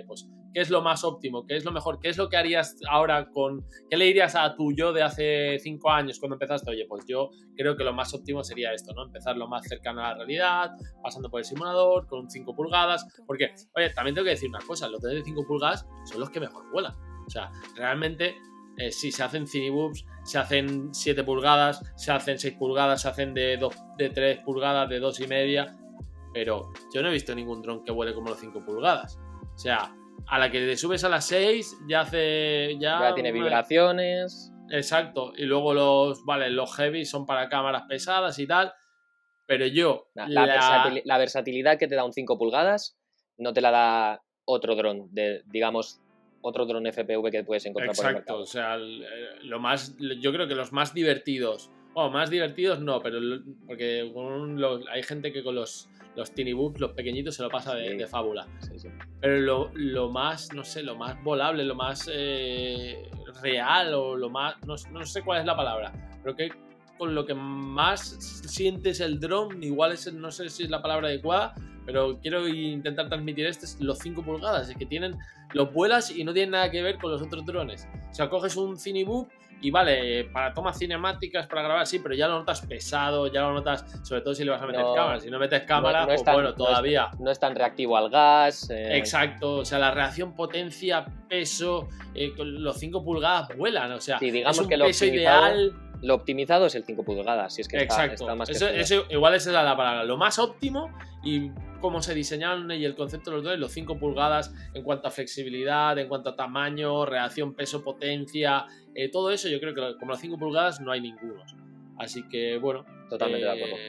qué es lo más óptimo, qué es lo mejor, qué es lo que harías ahora con... ¿Qué le dirías a tu yo de hace cinco años cuando empezaste? Oye, pues yo creo que lo más óptimo sería esto, ¿no? Empezar lo más cercano a la realidad, pasando por el simulador, con cinco pulgadas, porque, oye, también tengo que decir una cosa, los de cinco pulgadas son los que mejor vuelan. O sea, realmente, eh, si se hacen Cineboobs, se hacen siete pulgadas, se hacen seis pulgadas, se hacen de, dos, de tres pulgadas, de dos y media, pero yo no he visto ningún dron que vuele como los cinco pulgadas. O sea, a la que le subes a las seis ya hace... Ya, ya tiene vibraciones. Exacto. Y luego los, vale, los heavy son para cámaras pesadas y tal. Pero yo... La, la, la... Versatil, la versatilidad que te da un cinco pulgadas no te la da otro dron, de, digamos, otro dron F P V que puedes encontrar Exacto, por el mercado. O sea, lo más, yo creo que los más divertidos... Bueno, más divertidos no, pero porque con los, hay gente que con los, los Cineboobs, los pequeñitos, se lo pasa de, sí. de fábula. Sí, sí. Pero lo, lo más, no sé, lo más volable, lo más eh, real o lo más... No, no sé cuál es la palabra, pero que con lo que más sientes el dron, igual es, no sé si es la palabra adecuada, pero quiero intentar transmitir esto, es los cinco pulgadas, es que tienen, los vuelas y no tienen nada que ver con los otros drones. O sea, coges un Cineboob y vale, para tomas cinemáticas, para grabar, sí, pero ya lo notas pesado, ya lo notas, sobre todo si le vas a meter no, cámara. Si no metes cámara, no, no pues tan, bueno, todavía. No es, no es tan reactivo al gas. Eh... Exacto, o sea, la reacción potencia, peso, eh, con los cinco pulgadas vuelan, o sea, sí, digamos es un que lo peso ideal. Lo optimizado es el cinco pulgadas, si es que Exacto. Está, está más que eso, eso, igual esa es la palabra. Lo más óptimo y cómo se diseñaron y el concepto de los dos, los cinco pulgadas en cuanto a flexibilidad, en cuanto a tamaño, reacción, peso, potencia, eh, todo eso yo creo que como los cinco pulgadas no hay ninguno. Así que bueno. Totalmente eh, de acuerdo.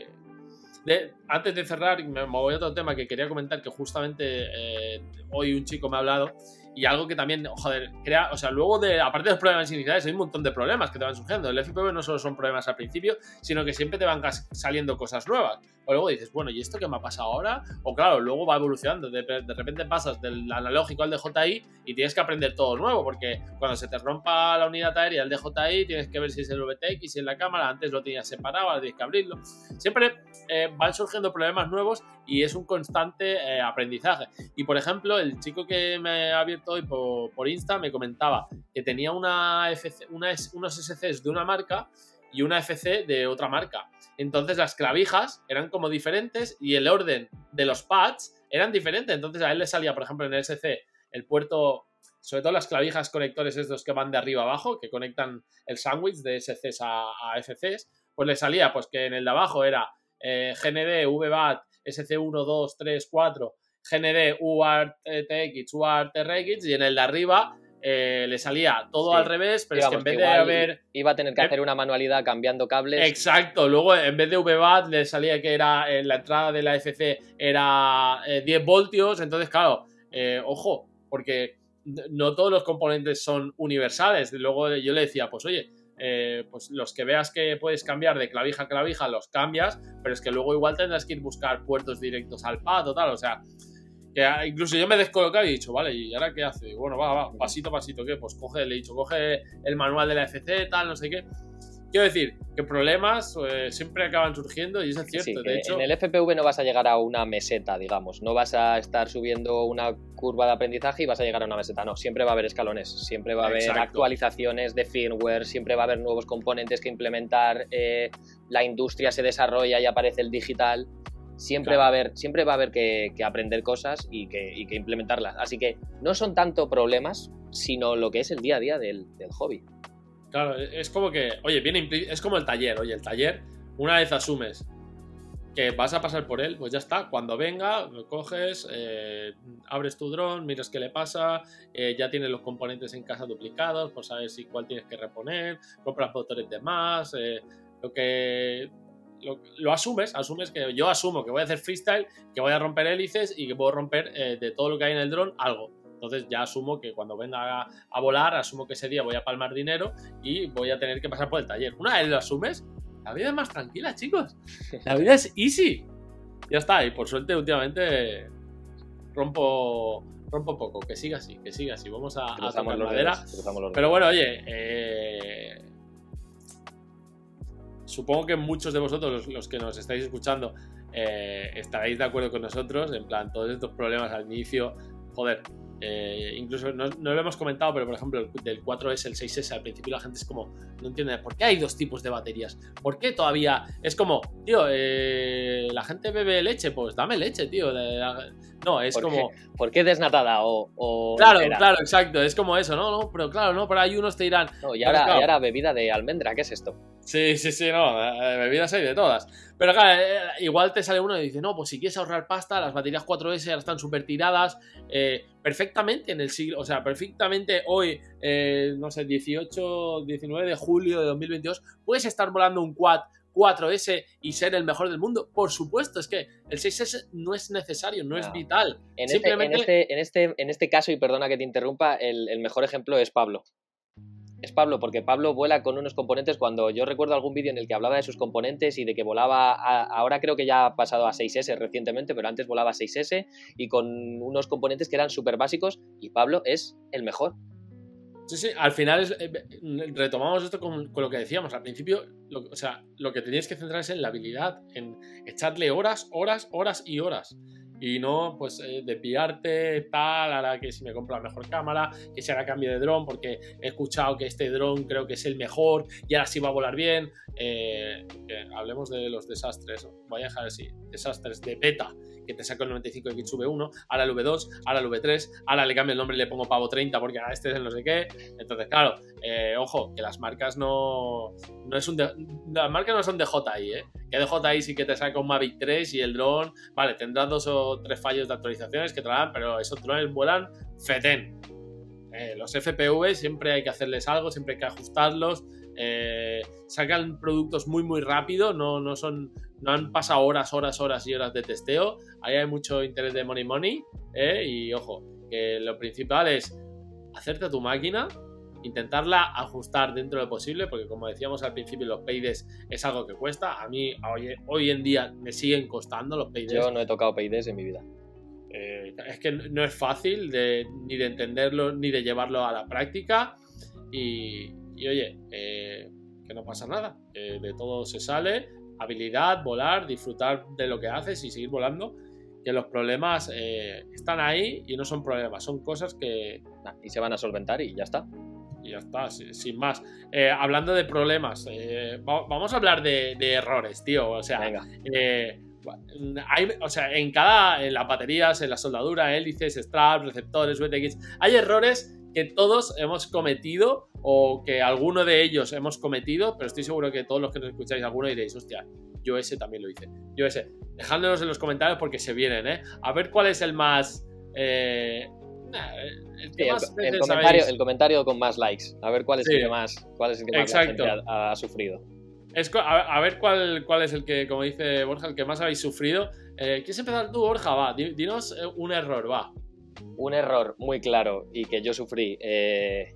De, antes de cerrar, me, me voy a otro tema que quería comentar, que justamente eh, hoy un chico me ha hablado. Y algo que también, joder, crea, o sea, luego de, aparte de los problemas iniciales, hay un montón de problemas que te van surgiendo. El F P V no solo son problemas al principio, sino que siempre te van saliendo cosas nuevas. O luego dices, bueno, ¿y esto qué me ha pasado ahora? O claro, luego va evolucionando. De, de repente pasas del analógico al D J I y tienes que aprender todo nuevo, porque cuando se te rompa la unidad aérea del D J I, tienes que ver si es el V T X, si es la cámara, antes lo tenías separado, ahora tienes que abrirlo. Siempre eh, van surgiendo problemas nuevos y es un constante eh, aprendizaje. Y por ejemplo, el chico que me ha abierto hoy por, por Insta me comentaba que tenía una F C, una, unos S Cs de una marca y una F C de otra marca. Entonces las clavijas eran como diferentes y el orden de los pads eran diferentes. Entonces a él le salía, por ejemplo, en el S C el puerto, sobre todo las clavijas conectores estos que van de arriba abajo, que conectan el sándwich de S Cs a, a F Cs, pues le salía pues que en el de abajo era eh, G N D, V B A T, S C uno, dos, tres, cuatro, G N D, U A R T X, U A R T R X, y en el de arriba eh, le salía todo sí. al revés, pero Digamos es que en vez que de haber... Iba a tener que hacer una manualidad cambiando cables. Exacto, luego en vez de V B A T le salía que era eh, la entrada de la F C era eh, diez voltios, entonces claro, eh, ojo, porque no todos los componentes son universales. Luego yo le decía, pues oye, Eh, pues los que veas que puedes cambiar de clavija a clavija los cambias, pero es que luego igual tendrás que ir a buscar puertos directos al pad o tal, o sea, que incluso yo me he descolocado y he dicho, vale, ¿y ahora qué hace? Bueno, va, va, pasito a pasito, ¿qué? Pues coge, le he dicho, coge el manual de la F C, tal, no sé qué. Quiero decir, que problemas eh, siempre acaban surgiendo y eso es cierto. Sí, de hecho, en el F P V no vas a llegar a una meseta, digamos. No vas a estar subiendo una curva de aprendizaje y vas a llegar a una meseta. No, siempre va a haber escalones, siempre va a haber Exacto. actualizaciones de firmware, siempre va a haber nuevos componentes que implementar. Eh, la industria se desarrolla y aparece el digital. Siempre claro. va a haber, siempre va a haber que, que aprender cosas y que, y que implementarlas. Así que no son tanto problemas, sino lo que es el día a día del, del hobby. Claro, es como que, oye, viene, es como el taller, oye, el taller, una vez asumes que vas a pasar por él, pues ya está, cuando venga, lo coges, eh, abres tu dron, miras qué le pasa, eh, ya tienes los componentes en casa duplicados, pues sabes si cuál tienes que reponer, compras motores de más, eh, lo que... Lo, lo asumes, asumes que yo asumo que voy a hacer freestyle, que voy a romper hélices y que puedo romper eh, de todo lo que hay en el dron algo. Entonces ya asumo que cuando venga a, a volar, asumo que ese día voy a palmar dinero y voy a tener que pasar por el taller. Una vez lo asumes, la vida es más tranquila, chicos. La vida es easy. Ya está, y por suerte últimamente rompo rompo poco. Que siga así, que siga así. Vamos a, a tocar madera. Pero bueno, oye, eh, supongo que muchos de vosotros, los, los que nos estáis escuchando, eh, estaréis de acuerdo con nosotros. En plan, todos estos problemas al inicio, joder, Eh, incluso no, no lo hemos comentado, pero por ejemplo el, del cuatro ese, el seis ese, al principio la gente es como, no entiende por qué hay dos tipos de baterías, por qué todavía es como, tío, eh, la gente bebe leche, pues dame leche, tío. De, de, no, es ¿Por como... Qué? ¿Por qué desnatada o, o Claro, entera? claro, exacto, es como eso, ¿no? no pero claro, no, pero hay unos te dirán... No, y ahora, claro, y ahora bebida de almendra, ¿qué es esto? Sí, sí, sí, no, bebidas hay de todas. Pero claro, eh, igual te sale uno y dice, no, pues si quieres ahorrar pasta, las baterías cuatro ese ahora están súper tiradas, eh, perfectamente en el siglo, o sea, perfectamente hoy, eh, no sé, dieciocho, diecinueve de julio de dos mil veintidós, puedes estar volando un quad cuatro ese y ser el mejor del mundo. Por supuesto, es que el seis ese no es necesario, no, no. es vital. En, Simplemente... este, en, este, en, este, en este caso, y perdona que te interrumpa, el, el mejor ejemplo es Pablo. Es Pablo, porque Pablo vuela con unos componentes. Cuando yo recuerdo algún vídeo en el que hablaba de sus componentes y de que volaba, a, ahora creo que ya ha pasado a seis ese recientemente, pero antes volaba a seis ese y con unos componentes que eran súper básicos, y Pablo es el mejor. Sí, sí, al final es, eh, retomamos esto con, con lo que decíamos al principio, lo, o sea, lo que tenías que centrar es en la habilidad, en echarle horas, horas, horas y horas. Y no, pues, eh, de pillarte tal, ahora que si me compro la mejor cámara, que si ahora cambio de dron, porque he escuchado que este dron creo que es el mejor y ahora sí va a volar bien. Eh, que hablemos de los desastres, voy a dejar así, desastres de beta, que te saco el noventa y cinco X V uno, ahora el V dos, ahora el V tres, ahora le cambio el nombre y le pongo Pavo treinta porque ahora este es el no sé qué. Entonces, claro, eh, ojo, que las marcas no, no es un de, las marcas no son de J I, ¿eh? Que de J I sí que te saca un Mavic tres y el dron, vale, tendrá dos o tres fallos de actualizaciones que te darán, pero esos drones vuelan fetén. Eh, los F P V siempre hay que hacerles algo, siempre hay que ajustarlos. Eh, sacan productos muy muy rápido, no, no son, no han pasado horas, horas, horas y horas de testeo. Ahí hay mucho interés de money money, eh, y ojo, que lo principal es hacerte tu máquina, intentarla ajustar dentro de lo posible, porque como decíamos al principio, los paydes es algo que cuesta. A mí hoy, hoy en día me siguen costando los paydes. Yo no he tocado paydes en mi vida. Eh, es que no es fácil de, ni de entenderlo ni de llevarlo a la práctica. Y, y oye, eh, que no pasa nada, eh, de todo se sale. Habilidad, volar, disfrutar de lo que haces y seguir volando. Que los problemas eh, están ahí y no son problemas, son cosas que... Nah, y se van a solventar y ya está. Y ya está, sin más. Eh, hablando de problemas, eh, vamos a hablar de, de errores, tío. O sea, Venga. Eh, hay, o sea, en cada, en las baterías, en la soldadura, hélices, straps, receptores, V T X, hay errores que todos hemos cometido o que alguno de ellos hemos cometido, pero estoy seguro que todos los que nos escucháis, alguno diréis, hostia, yo ese también lo hice. Yo ese. Dejádmelos en los comentarios porque se vienen, ¿eh? A ver cuál es el más... Eh, el, sí, más el, el, comentario, el comentario con más likes. A ver cuál es sí. el que más, cuál es el que más la gente ha, ha sufrido. Es, a, a ver cuál, cuál es el que, como dice Borja, el que más habéis sufrido. Eh, ¿Quieres empezar tú, Borja? Va, dinos un error, va. Un error muy claro y que yo sufrí. Eh,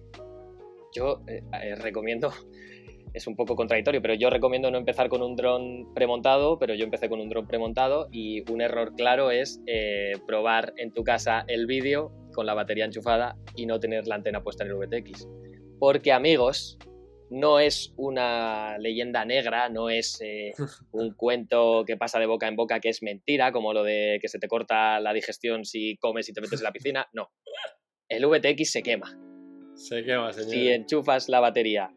yo eh, eh, recomiendo, es un poco contradictorio, pero yo recomiendo no empezar con un dron premontado, pero yo empecé con un dron premontado y un error claro es eh, probar en tu casa el vídeo con la batería enchufada y no tener la antena puesta en el V T X. Porque, amigos, no es una leyenda negra, no es eh, un cuento que pasa de boca en boca que es mentira, como lo de que se te corta la digestión si comes y te metes en la piscina. No. El V T X se quema. Se quema, señor. Si enchufas la batería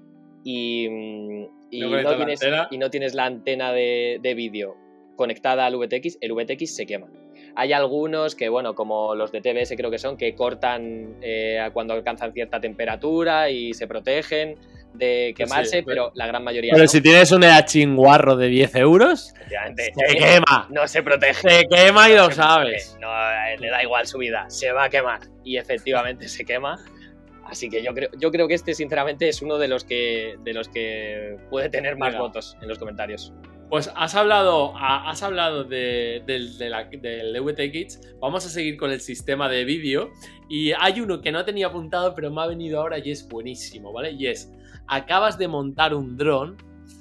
y, y, no, no, tienes, y no tienes la antena de, de vídeo conectada al V T X, el V T X se quema. Hay algunos que, bueno, como los de T B S creo que son, que cortan eh, cuando alcanzan cierta temperatura y se protegen de quemarse, sí, pero, pero la gran mayoría Pero no. si tienes un chinguarro de diez euros, se quema. No se protege. Se quema y lo sabes. No, le da igual su vida, se va a quemar. Y efectivamente se quema. Así que yo creo, yo creo que este, sinceramente, es uno de los que, de los que puede tener más Venga. votos en los comentarios. Pues has hablado, has hablado de, de, de la, del V T X. Vamos a seguir con el sistema de vídeo. Y hay uno que no tenía apuntado, pero me ha venido ahora y es buenísimo, ¿vale? Y es, acabas de montar un dron,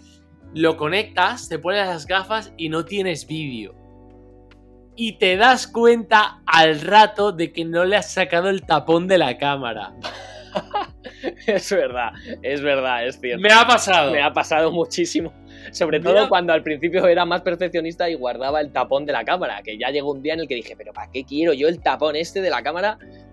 lo conectas, te pones las gafas y no tienes vídeo. Y te das cuenta al rato de que no le has sacado el tapón de la cámara. Es verdad, es verdad, es cierto. Me ha pasado. Me ha pasado muchísimo. Sobre todo Mira. cuando al principio era más perfeccionista y guardaba el tapón de la cámara, que ya llegó un día en el que dije, pero ¿para qué quiero yo el tapón este de la cámara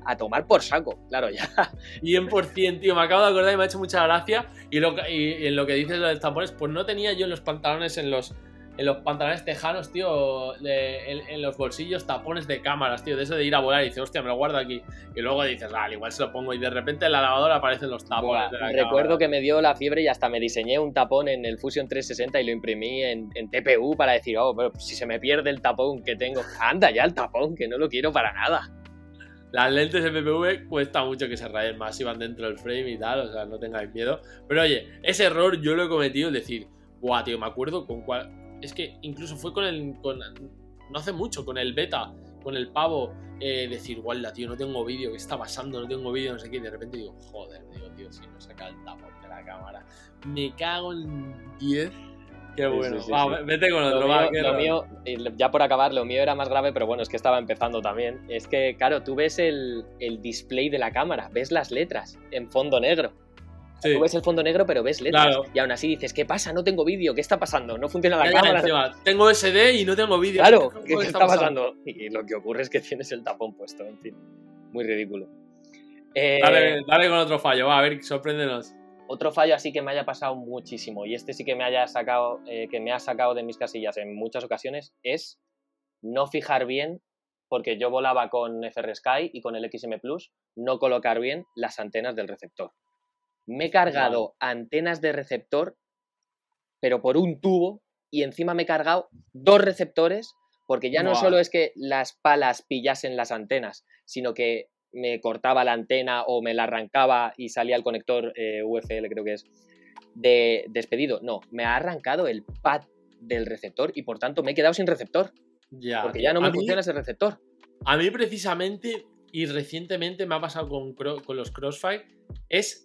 a tomar por saco, claro, ya. cien por ciento, tío, me acabo de acordar y me ha hecho mucha gracia. Y, lo, y, y en lo que dices de los tapones, pues no tenía yo en los pantalones, en los, en los pantalones tejanos, tío, de, en, en los bolsillos tapones de cámaras, tío, de eso de ir a volar y dices, hostia, me lo guardo aquí. Y luego dices, ah, igual se lo pongo y de repente en la lavadora aparecen los tapones. Buah, de la recuerdo cámara. que me dio la fiebre y hasta me diseñé un tapón en el Fusion trescientos sesenta y lo imprimí en, en T P U para decir, oh, pero si se me pierde el tapón que tengo, anda ya el tapón, que no lo quiero para nada. Las lentes F P V cuesta mucho que se rayen más si van dentro del frame y tal, o sea, no tengáis miedo. Pero oye, ese error yo lo he cometido, el decir, guau, tío, me acuerdo con cuál... Es que incluso fue con el... Con, no hace mucho, con el beta, con el pavo, eh, decir, guarda, tío, no tengo vídeo, ¿qué está pasando? No tengo vídeo, no sé qué, y de repente digo, joder, digo, tío, si no saca el tapón de la cámara. Me cago en diez. Qué bueno. Sí, sí, sí, va, sí. Vete con otro. Lo, va, mío, lo mío, ya por acabar, lo mío era más grave, pero bueno, es que estaba empezando también. Es que, claro, tú ves el, el display de la cámara, ves las letras en fondo negro. Sí. Tú ves el fondo negro, pero ves letras. Claro. Y aún así dices, ¿qué pasa? No tengo vídeo, ¿qué está pasando? No funciona la ya, cámara. Encima, tengo S D y no tengo vídeo. Claro, ¿qué, ¿qué, ¿qué está, está pasando? pasando? Y lo que ocurre es que tienes el tapón puesto, en fin. Muy ridículo. Eh, dale, dale con otro fallo, va, a ver, sorpréndenos. Otro fallo así que me haya pasado muchísimo, y este sí que me haya sacado, eh, que me ha sacado de mis casillas en muchas ocasiones, es no fijar bien, porque yo volaba con F R Sky y con el X M Plus, no colocar bien las antenas del receptor. Me he cargado wow. antenas de receptor, pero por un tubo, y encima me he cargado dos receptores, porque ya no wow. solo es que las palas pillasen las antenas, sino que me cortaba la antena o me la arrancaba y salía el conector eh, U F L, creo que es, de despedido. No, me ha arrancado el pad del receptor y por tanto me he quedado sin receptor. Ya, porque ya no me mí, funciona ese receptor. A mí precisamente, y recientemente me ha pasado con, con los Crossfire, es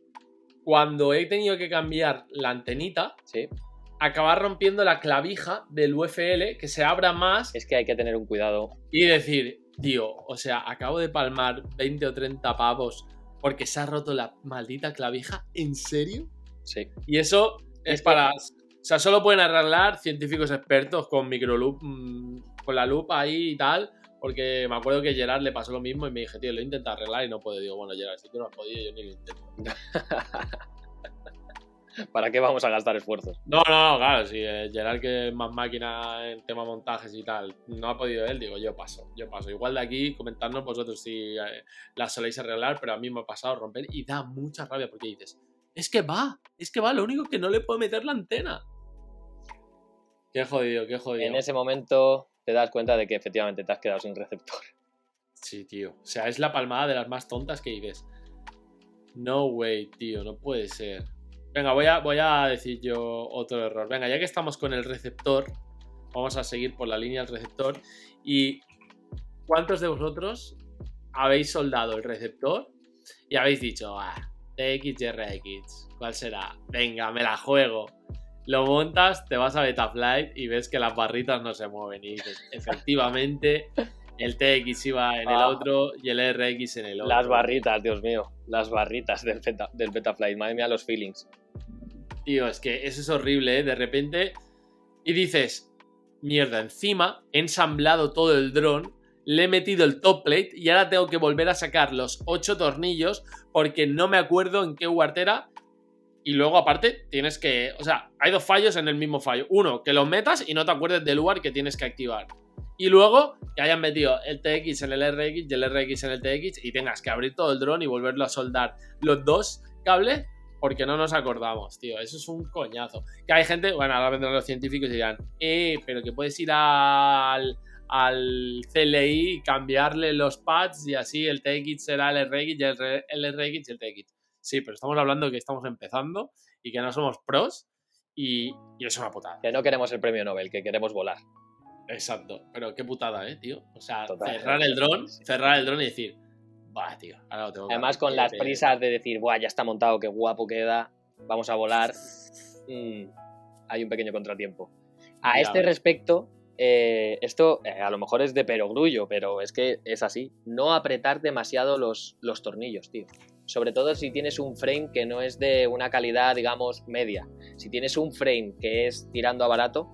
cuando he tenido que cambiar la antenita, sí. acabar rompiendo la clavija del U F L, que se abra más. Es que hay que tener un cuidado. Y decir, tío, o sea, acabo de palmar veinte o treinta pavos porque se ha roto la maldita clavija. ¿En serio? Sí. Y eso es, es para... Que... O sea, solo pueden arreglar científicos expertos con microloop, mmm, con la lupa ahí y tal, porque me acuerdo que Gerard le pasó lo mismo y me dije, tío, lo he intentado arreglar y no puedo. Digo, bueno, Gerard, si tú no has podido, yo ni lo intento. ¿Para qué vamos a gastar esfuerzos? No, no, no, claro, si eh, Gerard, que es más máquina en tema montajes y tal, no ha podido él, digo, yo paso, yo paso. Igual de aquí, comentadnos vosotros si eh, la soléis arreglar, pero a mí me ha pasado romper y da mucha rabia porque dices, es que va, es que va, lo único que no le puedo meter la antena. Qué jodido, qué jodido. En ese momento te das cuenta de que efectivamente te has quedado sin receptor. Sí, tío, o sea, es la palmada de las más tontas que dices, no way, tío, no puede ser. Venga, voy a, voy a decir yo otro error. Venga, ya que estamos con el receptor, vamos a seguir por la línea del receptor. ¿Y cuántos de vosotros habéis soldado el receptor y habéis dicho, ah, T X y R X, ¿cuál será? Venga, me la juego. Lo montas, te vas a Betaflight y ves que las barritas no se mueven. Y dices, efectivamente, el T X iba en el ah, otro y el R X en el otro. Las barritas, Dios mío. Las barritas del, beta, del Betaflight. Madre mía, los feelings. Tío, es que eso es horrible, ¿eh? De repente... Y dices, mierda, encima he ensamblado todo el dron, le he metido el top plate y ahora tengo que volver a sacar los ocho tornillos porque no me acuerdo en qué UART era. Y luego, aparte, tienes que... O sea, hay dos fallos en el mismo fallo. Uno, que los metas y no te acuerdes del UART que tienes que activar. Y luego, que hayan metido el T X en el R X y el R X en el T X y tengas que abrir todo el dron y volverlo a soldar los dos cables porque no nos acordamos, tío. Eso es un coñazo. Que hay gente... Bueno, ahora vendrán los científicos y dirán, eh, pero que puedes ir al... al C L I y cambiarle los pads y así el T X será el R X y el, el R X y el T X. Sí, pero estamos hablando de que estamos empezando y que no somos pros y, y es una putada. Que no queremos el premio Nobel, que queremos volar. Exacto, pero qué putada, ¿eh, tío? O sea, total, cerrar el dron, sí. cerrar el dron y decir, va, tío, ahora lo tengo que Además, con las prisas de decir, buah, ya está montado, qué guapo queda, vamos a volar, mm, hay un pequeño contratiempo. A ya, este ves. respecto, eh, esto eh, a lo mejor es de perogrullo, pero es que es así. No apretar demasiado los, los tornillos, tío. Sobre todo si tienes un frame que no es de una calidad, digamos, media. Si tienes un frame que es tirando a barato,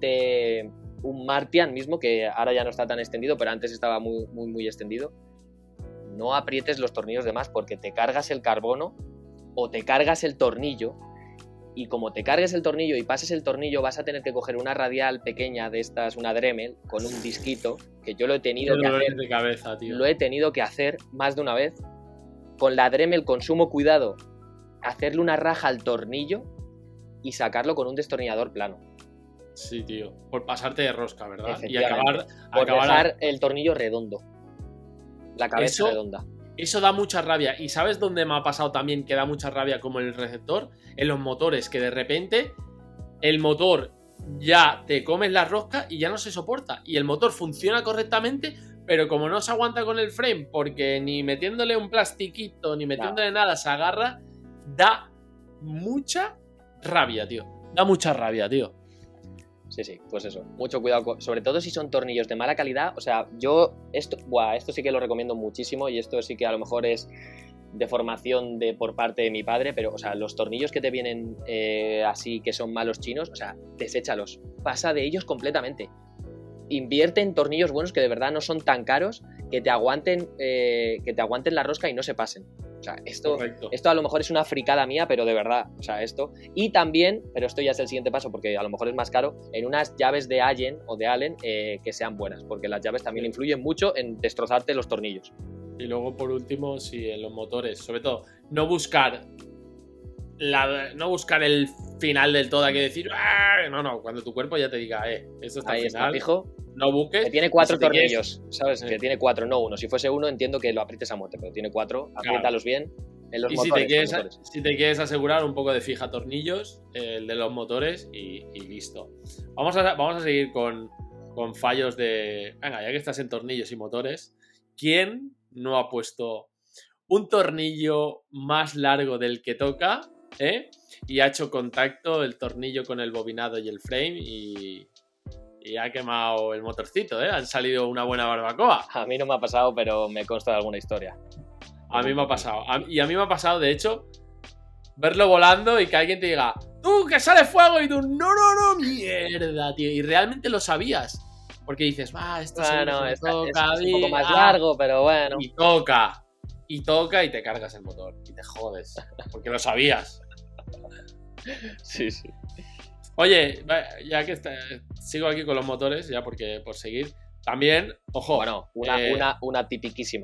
ponte un Martian mismo, que ahora ya no está tan extendido, pero antes estaba muy, muy, muy extendido. no aprietes los tornillos de más porque te cargas el carbono o te cargas el tornillo. Y como te cargues el tornillo y pases el tornillo, vas a tener que coger una radial pequeña de estas, una Dremel, con un disquito, que yo lo he tenido que hacer. De cabeza, tío. Lo he tenido que hacer más de una vez. Con la Dremel, con sumo cuidado, hacerle una raja al tornillo y sacarlo con un destornillador plano. Sí, tío. Por pasarte de rosca, ¿verdad? Y acabar, por acabar dejar a... el tornillo redondo. La cabeza Eso... redonda. Eso da mucha rabia. ¿Y sabes dónde me ha pasado también que da mucha rabia como en el receptor? En los motores, que de repente el motor ya te comes la rosca y ya no se soporta. Y el motor funciona correctamente, pero como no se aguanta con el frame, porque ni metiéndole un plastiquito, ni metiéndole nada se agarra, da mucha rabia, tío. Da mucha rabia, tío. Sí, sí, pues eso, mucho cuidado, con, sobre todo si son tornillos de mala calidad. O sea, yo, esto, buah, esto sí que lo recomiendo muchísimo y esto sí que a lo mejor es de formación de, por parte de mi padre, pero, o sea, los tornillos que te vienen eh, así, que son malos chinos, o sea, deséchalos, pasa de ellos completamente. Invierte en tornillos buenos que de verdad no son tan caros, que te aguanten, eh, que te aguanten la rosca y no se pasen. O sea, esto, esto a lo mejor es una fricada mía, pero de verdad, o sea, esto. Y también, pero esto ya es el siguiente paso, porque a lo mejor es más caro, en unas llaves de Allen o de Allen eh, que sean buenas, porque las llaves también influyen mucho en destrozarte los tornillos. Y luego, por último, sí, en los motores, sobre todo, no buscar la, no buscar el final del todo, hay que decir, ¡ah! No, no, cuando tu cuerpo ya te diga, eh, esto está ahí al final, está, fijo. No busques. Que tiene cuatro si tornillos, quieres... ¿sabes? Eh. Que tiene cuatro, no uno. Si fuese uno, entiendo que lo aprietes a muerte, pero tiene cuatro, apriétalos claro. bien. En los y motores, si, te quieres, motores. si te quieres asegurar un poco de fija tornillos, el de los motores y, y listo. Vamos a, vamos a seguir con, con fallos de... Venga, ya que estás en tornillos y motores, ¿quién no ha puesto un tornillo más largo del que toca, eh? Y ha hecho contacto el tornillo con el bobinado y el frame y... Y ha quemado el motorcito, ¿eh? Han salido una buena barbacoa. A mí no me ha pasado, pero me consta de alguna historia. A mí me ha pasado. A, y a mí me ha pasado, de hecho, verlo volando y que alguien te diga ¡tú, que sale fuego! Y tú, ¡no, no, no! ¡Mierda, tío! Y realmente lo sabías. Porque dices, va, esto bueno, se esta, toca, es, es un poco más largo, pero bueno. Y toca. Y toca y te cargas el motor. Y te jodes. Porque lo sabías. Sí, sí. Oye, ya que está, sigo aquí con los motores, ya porque por seguir. También, ojo. Bueno, una, eh, una, una tipiquísima.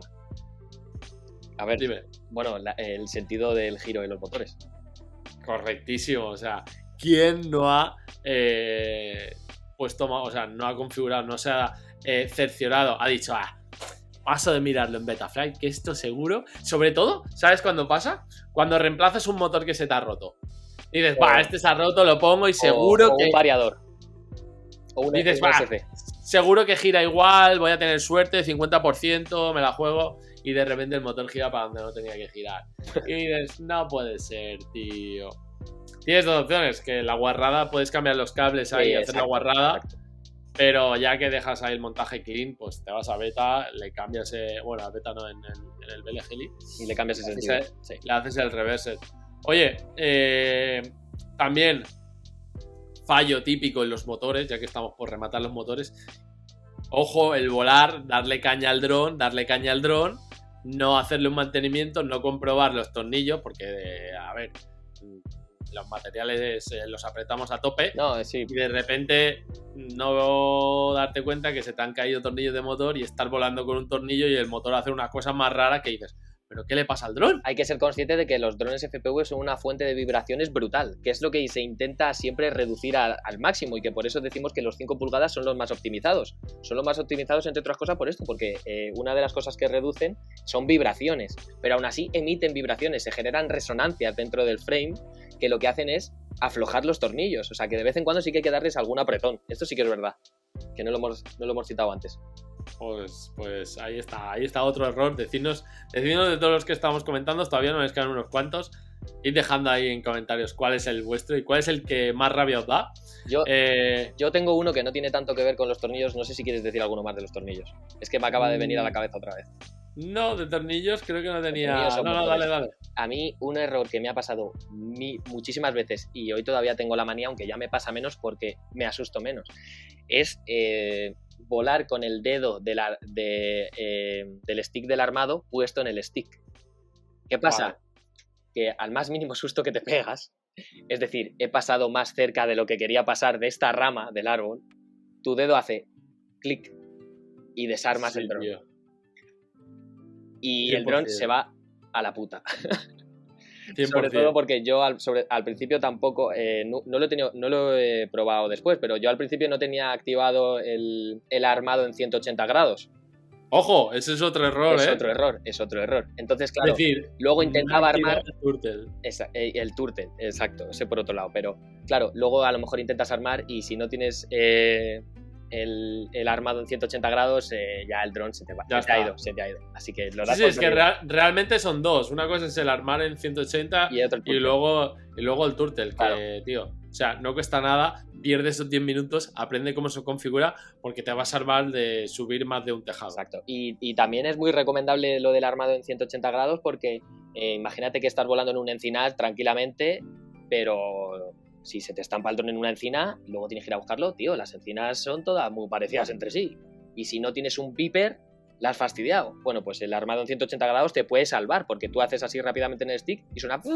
A ver, dime. Bueno, la, el sentido del giro de los motores. Correctísimo, o sea, ¿quién no ha eh, puesto, o sea, no ha configurado, no se ha eh, cerciorado, ha dicho, ah, paso de mirarlo en Betaflight, que esto seguro, sobre todo, ¿sabes cuándo pasa? Cuando reemplazas un motor que se te ha roto. Y dices, va, este se ha roto, lo pongo y seguro o, o que... un variador. O un, dices, un va, S F. Seguro que gira igual, voy a tener suerte, cincuenta por ciento, me la juego, y de repente el motor gira para donde no tenía que girar. Y dices, no puede ser, tío. Tienes dos opciones, que la guarrada puedes cambiar los cables ahí y sí, hacer la guarrada, exacto. Pero ya que dejas ahí el montaje clean, pues te vas a beta, le cambias, eh, bueno, a beta no, en el, en el B L G y le cambias ese sentido. Sí. Le haces el reverse. Oye, eh, también fallo típico en los motores, ya que estamos por rematar los motores. Ojo, el volar, darle caña al dron, darle caña al dron, no hacerle un mantenimiento, no comprobar los tornillos, porque, de, a ver, los materiales eh, los apretamos a tope, no, sí. Y de repente no darte cuenta que se te han caído tornillos de motor y estar volando con un tornillo y el motor hace unas cosas más raras que dices, ¿pero qué le pasa al dron? Hay que ser consciente de que los drones F P V son una fuente de vibraciones brutal, que es lo que se intenta siempre reducir a, al máximo y que por eso decimos que los cinco pulgadas son los más optimizados. Son los más optimizados, entre otras cosas, por esto, porque eh, una de las cosas que reducen son vibraciones, pero aún así emiten vibraciones, se generan resonancias dentro del frame que lo que hacen es aflojar los tornillos, o sea que de vez en cuando sí que hay que darles algún apretón. Esto sí que es verdad, que no lo hemos, no lo hemos citado antes. Pues, pues ahí está, ahí está otro error. Decidnos, decidnos de todos los que estamos comentando, todavía nos quedan unos cuantos. Id dejando ahí en comentarios cuál es el vuestro y cuál es el que más rabia os da. Yo, eh... yo tengo uno que no tiene tanto que ver con los tornillos, no sé si quieres decir alguno más de los tornillos. Es que me acaba de venir a la cabeza otra vez. No, de tornillos creo que no tenía... No, no, dale, dale. A mí un error que me ha pasado mi, muchísimas veces y hoy todavía tengo la manía, aunque ya me pasa menos porque me asusto menos, es eh, volar con el dedo de la, de, eh, del stick del armado puesto en el stick. ¿Qué pasa? Vale. Que al más mínimo susto que te pegas, es decir, he pasado más cerca de lo que quería pasar de esta rama del árbol, tu dedo hace clic y desarmas Sí, el dron. tío. Y cien el por dron ciento. se va a la puta. cien por Sobre ciento. todo porque yo al, sobre, al principio tampoco, eh, no, no, lo he tenido, no lo he probado después, pero yo al principio no tenía activado el, el armado en ciento ochenta grados. Ojo, ese es otro error, es ¿eh? otro error, es otro error. Entonces, claro, es decir, luego intentaba armar... El turtle. Esa, el turtle, exacto, ese por otro lado. Pero, claro, luego a lo mejor intentas armar y si no tienes eh, el, el armado en ciento ochenta grados, eh, ya el dron se te va, se te ha ido, se te ha ido. Así que lo das Sí, sí, es que real, realmente son dos. Una cosa es el armar en ciento ochenta y, otro y, luego, y luego el turtle, que, claro. tío, o sea, no cuesta nada, pierde esos diez minutos, aprende cómo se configura, porque te va a salvar de subir más de un tejado. Exacto. Y, y también es muy recomendable lo del armado en ciento ochenta grados porque eh, imagínate que estás volando en un encinar tranquilamente, pero si se te estampa el dron en una encina y luego tienes que ir a buscarlo, tío, las encinas son todas muy parecidas entre sí. Y si no tienes un beeper, la has fastidiado. Bueno, pues el armado en ciento ochenta grados te puede salvar porque tú haces así rápidamente en el stick y suena...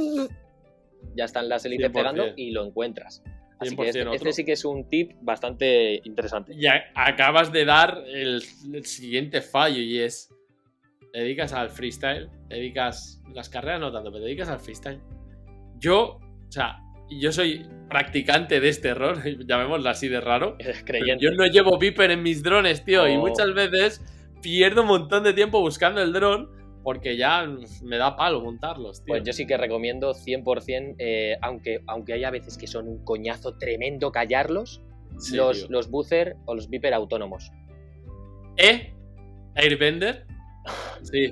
Ya están las élites pegando y lo encuentras. Así que este, este sí que es un tip bastante interesante. Y a, acabas de dar el, el siguiente fallo y es... Te dedicas al freestyle, te dedicas... Las carreras no tanto, pero te dedicas al freestyle. Yo, o sea, yo soy practicante de este error, llamémoslo así de raro. Creyente. Yo no llevo beeper en mis drones, tío, oh. y muchas veces pierdo un montón de tiempo buscando el dron porque ya me da palo montarlos, tío. Pues yo sí que recomiendo cien por ciento, eh, aunque, aunque hay a veces que son un coñazo tremendo callarlos, sí, los, los buzzer o los beeper autónomos. ¿Eh? ¿Airbender? Sí.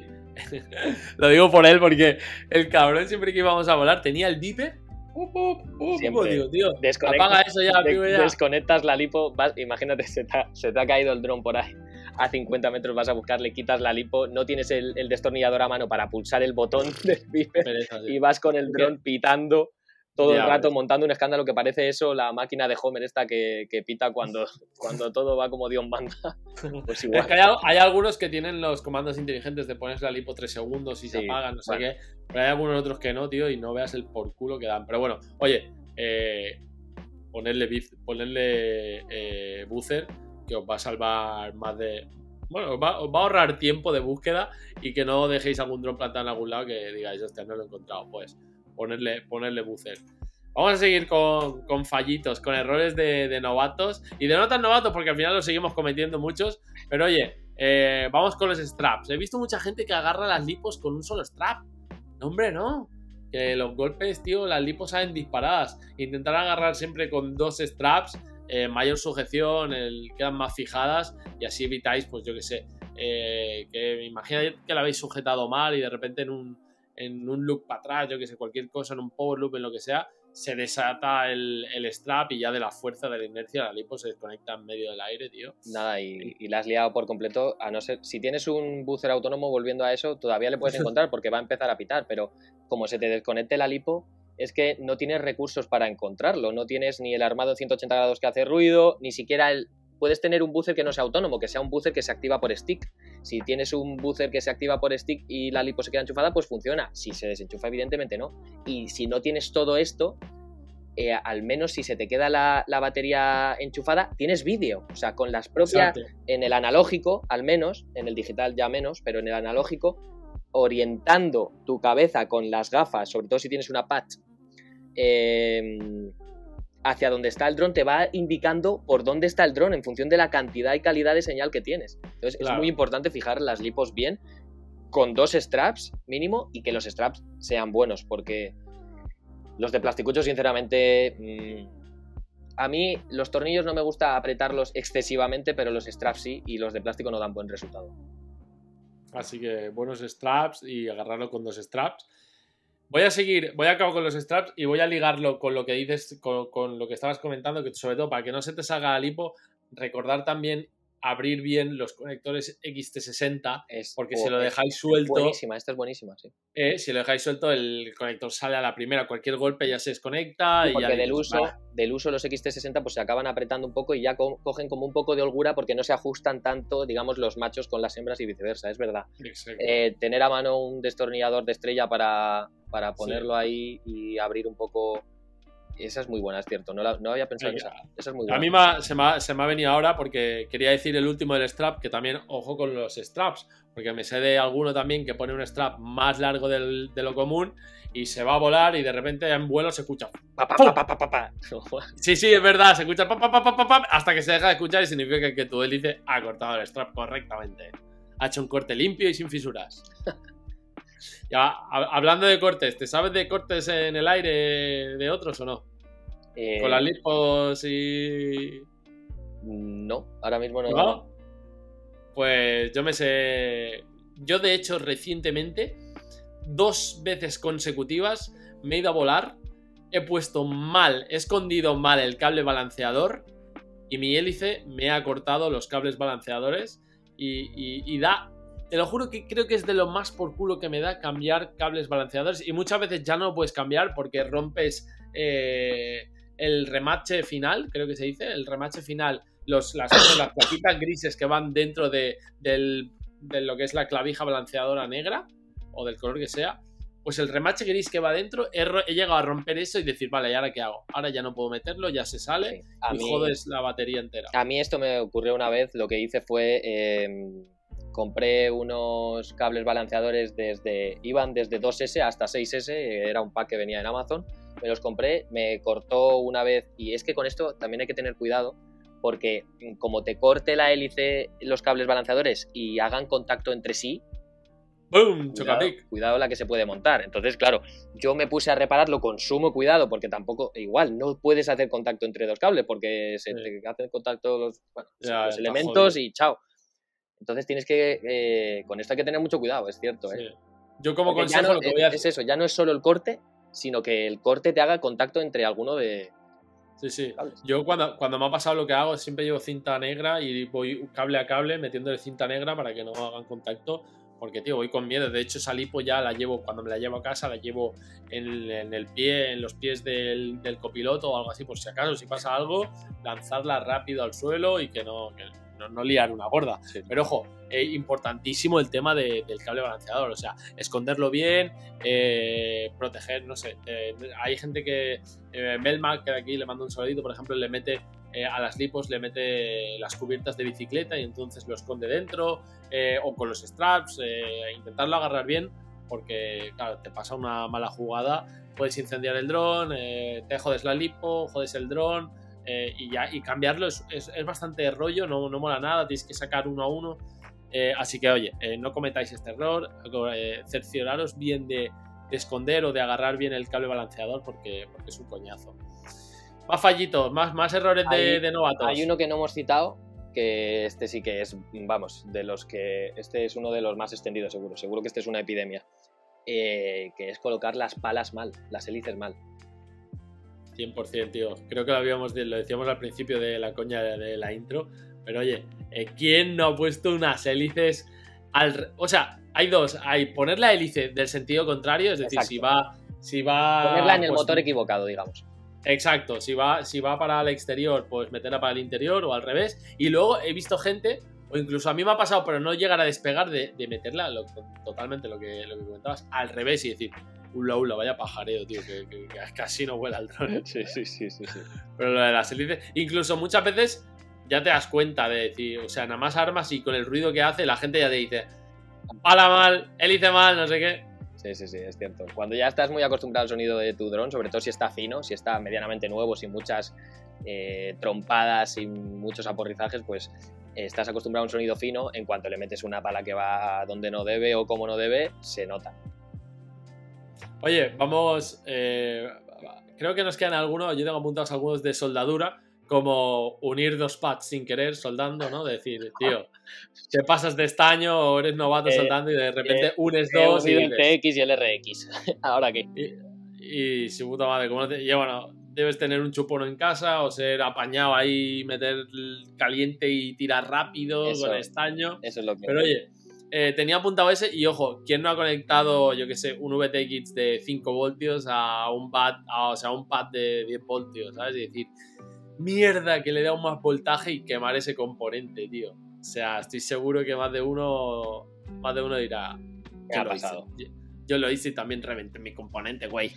Lo digo por él porque el cabrón siempre que íbamos a volar tenía el beeper. Uh, uh, uh, Siempre. Digo, tío, Desconecta, apaga eso ya, de, tío, ya. Desconectas la lipo, vas, imagínate, se te, ha, se te ha caído el dron por ahí. A cincuenta metros vas a buscar, le quitas la lipo, no tienes el, el destornillador a mano para pulsar el botón del beeper Pereza, sí. y vas con el dron pitando todo ya, el rato, pues. montando un escándalo que parece eso, la máquina de Homer esta que, que pita cuando, cuando todo va como Dios manda. Pues igual. Es que hay, hay algunos que tienen los comandos inteligentes de pones la lipo tres segundos y sí, se apagan, no sé bueno. qué, pero hay algunos otros que no, tío, y no veas el por culo que dan. Pero bueno, oye, eh, ponerle, ponerle eh, buzzer que os va a salvar más de... Bueno, os va, os va a ahorrar tiempo de búsqueda y que no dejéis algún dron plantado en algún lado que digáis, hostia, no lo he encontrado. Pues ponerle, ponerle buzzer. Vamos a seguir con, con fallitos, con errores de, de novatos y de no tan novatos porque al final los seguimos cometiendo muchos. Pero oye, eh, vamos con los straps. He visto mucha gente que agarra las lipos con un solo strap. No, hombre, no. Que los golpes, tío, las lipos salen disparadas. Intentar agarrar siempre con dos straps. Eh, mayor sujeción, el, quedan más fijadas y así evitáis, pues yo que sé, eh, que imagínate que la habéis sujetado mal y de repente en un, en un loop para atrás, yo que sé, cualquier cosa, en un power loop, en lo que sea, se desata el, el strap y ya de la fuerza de la inercia la lipo se desconecta en medio del aire, tío. Nada, y, y la has liado por completo, a no ser, si tienes un buzzer autónomo, volviendo a eso, todavía le puedes encontrar porque va a empezar a pitar, pero como se te desconecte la lipo, es que no tienes recursos para encontrarlo, no tienes ni el armado ciento ochenta grados que hace ruido, ni siquiera el... Puedes tener un buzzer que no sea autónomo, que sea un buzzer que se activa por stick. Si tienes un buzzer que se activa por stick y la lipo se queda enchufada, pues funciona. Si se desenchufa, evidentemente no. Y si no tienes todo esto, eh, al menos si se te queda la, la batería enchufada, tienes vídeo. O sea, con las propias... Exacto. En el analógico, al menos, en el digital ya menos, pero en el analógico, orientando tu cabeza con las gafas, sobre todo si tienes una patch, eh, hacia donde está el dron, te va indicando por dónde está el dron en función de la cantidad y calidad de señal que tienes. Entonces claro. Es muy importante fijar las lipos bien con dos straps mínimo y que los straps sean buenos porque los de plasticucho sinceramente mmm, a mí los tornillos no me gusta apretarlos excesivamente, pero los straps sí, y los de plástico no dan buen resultado. Así que buenos straps y agarrarlo con dos straps. Voy a seguir, voy a acabar con los straps y voy a ligarlo con lo que dices, con, con lo que estabas comentando, que sobre todo para que no se te salga la lipo, recordar también abrir bien los conectores X T sesenta, Es, porque oh, si lo es- dejáis es suelto, buenísima, esta es buenísima, sí. eh, si lo dejáis suelto, el conector sale a la primera, cualquier golpe ya se desconecta Sí, y ya porque del dices, uso, "Bah". del uso los X T sesenta pues se acaban apretando un poco y ya co- cogen como un poco de holgura porque no se ajustan tanto, digamos, los machos con las hembras y viceversa, es verdad. Exacto. Eh, tener a mano un destornillador de estrella para, para Sí. ponerlo ahí y abrir un poco... Esa es muy buena, es cierto, no, la- no había pensado en Venga. esa. Esa es muy A buena. mí me ha- se, me ha, se me ha venido ahora porque quería decir el último del strap, que también ojo con los straps, porque me sé de alguno también que pone un strap más largo del- de lo común y se va a volar y de repente en vuelo se escucha. Pa, pa, ¡Pum! pa, pa, pa, pa. Sí, sí, es verdad, se escucha pam, pam, pam, pam, pam, pam, hasta que se deja de escuchar y significa que tu hélice ha cortado el strap correctamente. Ha hecho un corte limpio y sin fisuras. Ya, hab- hablando de cortes, ¿te sabes de cortes en el aire de otros o no? Eh, Con las lipos y... no, ahora mismo no. ¿No? Pues yo me sé... Yo de hecho recientemente, dos veces consecutivas, me he ido a volar, he puesto mal, he escondido mal el cable balanceador y mi hélice me ha cortado los cables balanceadores y, y- y da... Te lo juro que creo que es de lo más por culo que me da cambiar cables balanceadores y muchas veces ya no lo puedes cambiar porque rompes eh, el remache final, creo que se dice, el remache final, los, las, las plaquitas grises que van dentro de, del, de lo que es la clavija balanceadora negra o del color que sea, pues el remache gris que va dentro, he, ro- he llegado a romper eso y decir, vale, ¿y ahora qué hago? Ahora ya no puedo meterlo, ya se sale Sí. A y mí- jodes la batería entera. A mí esto me ocurrió una vez, lo que hice fue eh, compré unos cables balanceadores desde iban desde dos ese hasta seis ese, era un pack que venía en Amazon, me los compré, me cortó una vez y es que con esto también hay que tener cuidado porque como te corte la hélice los cables balanceadores y hagan contacto entre sí, ¡Bum! cuidado, Chocapic. cuidado la que se puede montar. Entonces, claro, yo me puse a repararlo con sumo cuidado porque tampoco, igual, no puedes hacer contacto entre dos cables porque se Sí. te hacen contacto los, bueno, Ya, los está elementos jodido. y chao. Entonces tienes que, eh, con esto hay que tener mucho cuidado, es cierto. Sí. ¿eh? Yo como Porque ya consejo no, lo que voy a es eso, ya no es solo el corte, sino que el corte te haga contacto entre alguno de Sí, sí. cables. Yo cuando, cuando me ha pasado lo que hago, siempre llevo cinta negra y voy cable a cable metiéndole cinta negra para que no hagan contacto. Porque, tío, voy con miedo. De hecho, esa lipo ya la llevo, cuando me la llevo a casa, la llevo en, en el pie, en los pies del, del copiloto o algo así, por si acaso, si pasa algo, lanzarla rápido al suelo y que no, que no, no liar una gorda. Sí. Pero ojo, eh, importantísimo el tema de- del cable balanceador. O sea, esconderlo bien, eh, proteger, no sé. eh, hay gente que, eh, Melmac, que de aquí le mando un saludito, por ejemplo, le mete eh, a las lipos, le mete las cubiertas de bicicleta y entonces lo esconde dentro, eh, o con los straps, eh, intentarlo agarrar bien, porque, claro, te pasa una mala jugada, puedes incendiar el dron, eh, te jodes la lipo, jodes el dron. Eh, y ya y cambiarlo es, es, es bastante rollo, no, no mola nada, tienes que sacar uno a uno. Eh, así que, oye, eh, no cometáis este error, eh, cercioraros bien de, de esconder o de agarrar bien el cable balanceador porque, porque es un coñazo. Más fallitos, más, más errores de, Hay- de novatos. Hay uno que no hemos citado, que este sí que es, vamos, de los que. Este es uno de los más extendidos, seguro. Seguro que este es una epidemia. Eh, que es colocar las palas mal, las hélices mal. cien por ciento, tío. Creo que lo, habíamos, lo decíamos al principio de la coña de, de la intro. Pero oye, eh, ¿quién no ha puesto unas hélices al... O sea, hay dos. Hay poner la hélice del sentido contrario, es decir, Exacto. si va... Si va Ponerla en el pues, motor equivocado, digamos. Exacto, si va, si va para el exterior, pues meterla para el interior o al revés. Y luego he visto gente, o incluso a mí me ha pasado, pero no llegar a despegar de, de meterla lo, totalmente lo que, lo que comentabas, al revés y decir, ula, ula, vaya pajareo, tío, que, que, que casi no vuela el dron. Sí, sí, sí, sí, sí. Pero lo de las hélices, incluso muchas veces ya te das cuenta de decir, o sea, nada más armas y con el ruido que hace, la gente ya te dice, pala mal, hélice mal, no sé qué. Sí, sí, sí, es cierto. Cuando ya estás muy acostumbrado al sonido de tu dron, sobre todo si está fino, si está medianamente nuevo, sin muchas eh, trompadas, sin muchos aporrizajes, pues eh, estás acostumbrado a un sonido fino. En cuanto le metes una pala que va donde no debe o como no debe, se nota. Oye, vamos. Eh, creo que nos quedan algunos. Yo tengo apuntados algunos de soldadura, como unir dos pads sin querer soldando, ¿no? Decir, tío, te pasas de estaño o eres novato Eh, soldando y de repente eh, unes He dos y unido el dices, T X y el R X. ¿Ahora qué? Y, y su puta madre, ¿cómo no te.? Y bueno, debes tener un chupono en casa o ser apañado ahí, meter caliente y tirar rápido Eso, con estaño. Eso es lo que... Pero oye, eh, tenía apuntado ese y ojo, ¿quién no ha conectado, yo que sé, un V T X de cinco voltios a un pad, a, o sea, a un pad de diez voltios, ¿sabes? Y decir, mierda, que le da un más voltaje y quemar ese componente, tío. O sea, estoy seguro que más de uno, más de uno dirá, ¿Qué ha pasado? Yo, yo lo hice y también reventé mi componente, güey.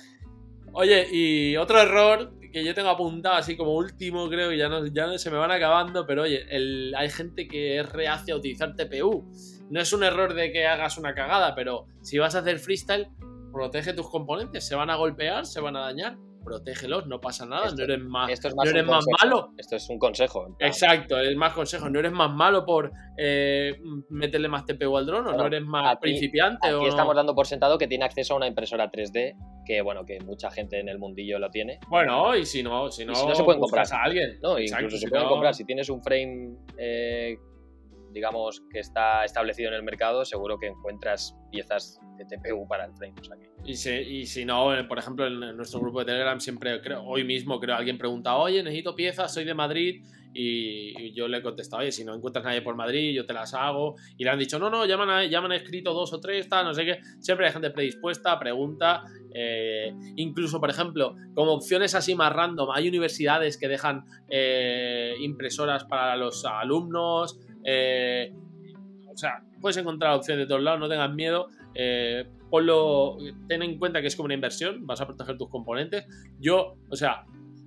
Oye, y otro error que yo tengo apuntado así como último, creo que ya no, ya no se me van acabando, pero oye, el, hay gente que es reacia a utilizar T P U. No es un error de que hagas una cagada, pero si vas a hacer freestyle, protege tus componentes. Se van a golpear, se van a dañar, protégelos, no pasa nada, esto, no eres más, esto es más, no eres más malo. Esto es un consejo. Exacto, es más consejo. No eres más malo por eh, meterle más T P U al dron, o bueno, no eres más aquí, principiante. Aquí o estamos no. dando por sentado que tiene acceso a una impresora tres D, que bueno, que mucha gente en el mundillo lo tiene. Bueno, y si no, si no, y si no se pueden comprar a alguien. No, Exacto, incluso si se pueden no... comprar. Si tienes un frame, eh, digamos, que está establecido en el mercado, seguro que encuentras piezas de T P U para el frame. O sea que... y, si, y si no, por ejemplo, en nuestro grupo de Telegram siempre, creo, hoy mismo creo alguien pregunta, oye, necesito piezas, soy de Madrid, y, y yo le he contestado, oye, si no encuentras nadie por Madrid, yo te las hago, y le han dicho, no, no, ya me han, ya me han escrito dos o tres, tal, no sé qué, siempre hay gente predispuesta, pregunta, eh, incluso, por ejemplo, como opciones así más random, hay universidades que dejan eh, impresoras para los alumnos, eh, o sea, puedes encontrar opciones de todos lados, no tengas miedo, eh, ponlo, ten en cuenta que es como una inversión, vas a proteger tus componentes. Yo, o sea,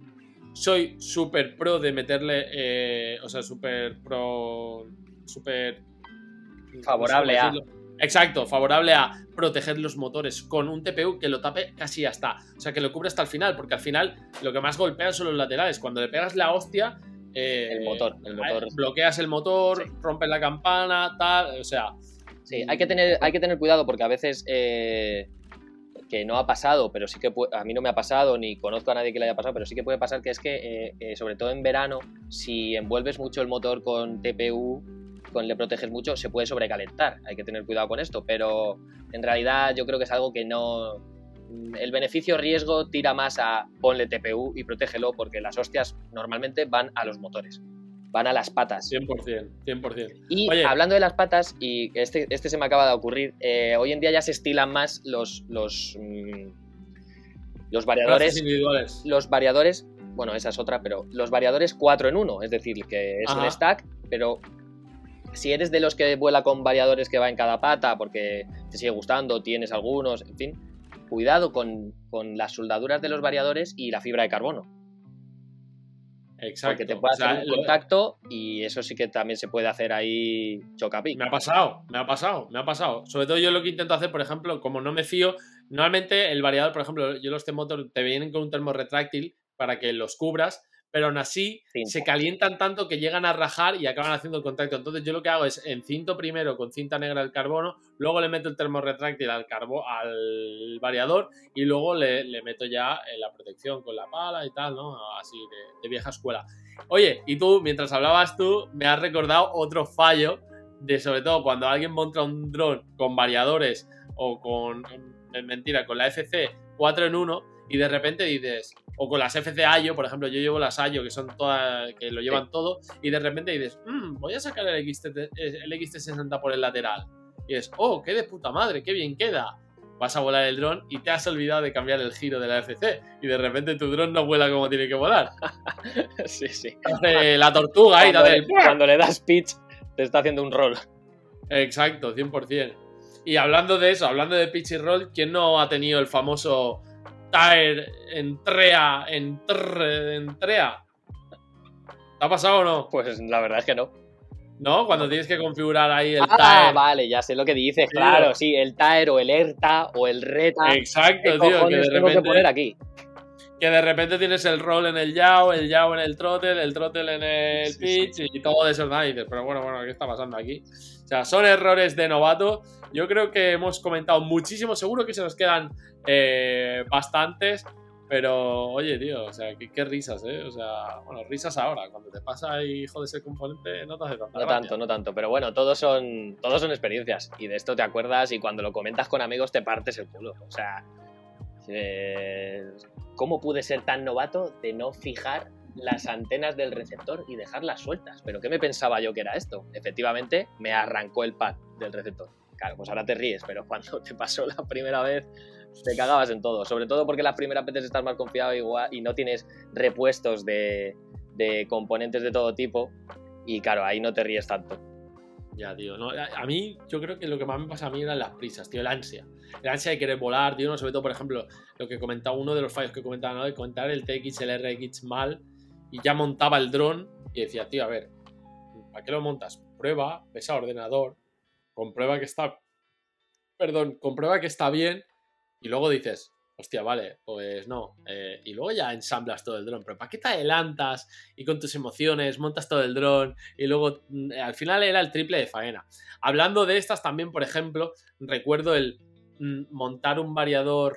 soy súper pro de meterle, eh, o sea, súper pro, súper... favorable no sé a... Exacto, favorable a proteger los motores con un T P U que lo tape casi hasta, o sea, que lo cubre hasta el final, porque al final lo que más golpea son los laterales. Cuando le pegas la hostia, eh, el motor, el motor. bloqueas el motor, sí. rompes la campana, tal, o sea... Sí, hay que tener, hay que tener cuidado porque a veces... Eh... que no ha pasado, pero sí que puede, a mí no me ha pasado, ni conozco a nadie que le haya pasado, pero sí que puede pasar que es que, eh, eh, sobre todo en verano, si envuelves mucho el motor con T P U, con le proteges mucho, se puede sobrecalentar. Hay que tener cuidado con esto, pero en realidad yo creo que es algo que no... El beneficio-riesgo tira más a ponle T P U y protégelo, porque las hostias normalmente van a los motores. Van a las patas. cien por ciento, cien por ciento. Y Oye, hablando de las patas, y este, este se me acaba de ocurrir, eh, hoy en día ya se estilan más los los, mmm, los variadores individuales. Los variadores, bueno, esa es otra, pero los variadores cuatro en uno, es decir, que es Ajá. un stack, pero si eres de los que vuela con variadores que va en cada pata porque te sigue gustando, tienes algunos, en fin, cuidado con, con las soldaduras de los variadores y la fibra de carbono. Exacto. Porque te puede hacer o sea, un contacto y eso sí que también se puede hacer ahí chocapic. Me ha pasado, me ha pasado, me ha pasado. Sobre todo yo lo que intento hacer, por ejemplo, como no me fío, normalmente el variador, por ejemplo, yo los T-Motor te vienen con un termo retráctil para que los cubras, pero aún así cinta. Se calientan tanto que llegan a rajar y acaban haciendo el contacto. Entonces yo lo que hago es encinto primero con cinta negra el carbono, luego le meto el termo retráctil al, carbo, al variador y luego le, le meto ya la protección con la pala y tal, ¿no? Así de, de vieja escuela. Oye, y tú, mientras hablabas tú, me has recordado otro fallo de, sobre todo, cuando alguien monta un dron con variadores o con, mentira, con la F C cuatro en uno y de repente dices... O con las F C Ayo, por ejemplo, yo llevo las Ayo, que son todas, que lo llevan sí. todo, y de repente dices, mmm, voy a sacar el X T, el X T sesenta por el lateral. Y dices, oh, qué de puta madre, qué bien queda. Vas a volar el dron y te has olvidado de cambiar el giro de la F C. Y de repente tu dron no vuela como tiene que volar. Sí, sí. Hace la tortuga ahí. Cuando, le, cuando le das pitch, te está haciendo un roll. Exacto, cien por ciento. Y hablando de eso, hablando de pitch y roll, ¿quién no ha tenido el famoso... Tire, entrea, entre, entrea. ¿Te ha pasado o no? Pues la verdad es que no. ¿No? Cuando tienes que configurar ahí el ah, tire. Ah, vale, ya sé lo que dices, sí, claro, sí, el tire o el erta o el reta. Exacto, tío, que de tengo repente... que poner aquí? Que de repente tienes el roll en el yaw, el yaw en el throttle, el throttle en el pitch sí, sí. y todo desordenado. Y dices, pero bueno, bueno, ¿qué está pasando aquí? O sea, son errores de novato. Yo creo que hemos comentado muchísimo, seguro que se nos quedan eh, bastantes, pero oye, tío, o sea, qué, qué risas, ¿eh? O sea, bueno, risas ahora, cuando te pasa y jodes el componente, no te hace tanta No gracia. tanto, no tanto, pero bueno, todos son, todos son experiencias y de esto te acuerdas y cuando lo comentas con amigos te partes el culo, o sea... Eh, ¿Cómo pude ser tan novato de no fijar las antenas del receptor y dejarlas sueltas? ¿Pero qué me pensaba yo que era esto? Efectivamente, me arrancó el pad del receptor. Claro, pues ahora te ríes, pero cuando te pasó la primera vez te cagabas en todo. Sobre todo porque las primeras veces estás más confiado igual y no tienes repuestos de, de componentes de todo tipo. Y claro, ahí no te ríes tanto. Ya, tío. No, a, a mí, yo creo que lo que más me pasa a mí eran las prisas, tío, el ansia. El ansia de querer volar, tío, no, sobre todo, por ejemplo, lo que comentaba, uno de los fallos que comentaba, ¿no? De comentar el T X, el R X mal, y ya montaba el dron y decía, tío, a ver, ¿para qué lo montas? Prueba, ves a ordenador, comprueba que está, perdón, comprueba que está bien, y luego dices, hostia, vale, pues no. Eh, y luego ya ensamblas todo el dron. Pero ¿para qué te adelantas y con tus emociones montas todo el dron? Y luego mm, al final era el triple de faena. Hablando de estas también, por ejemplo, recuerdo el mm, montar un variador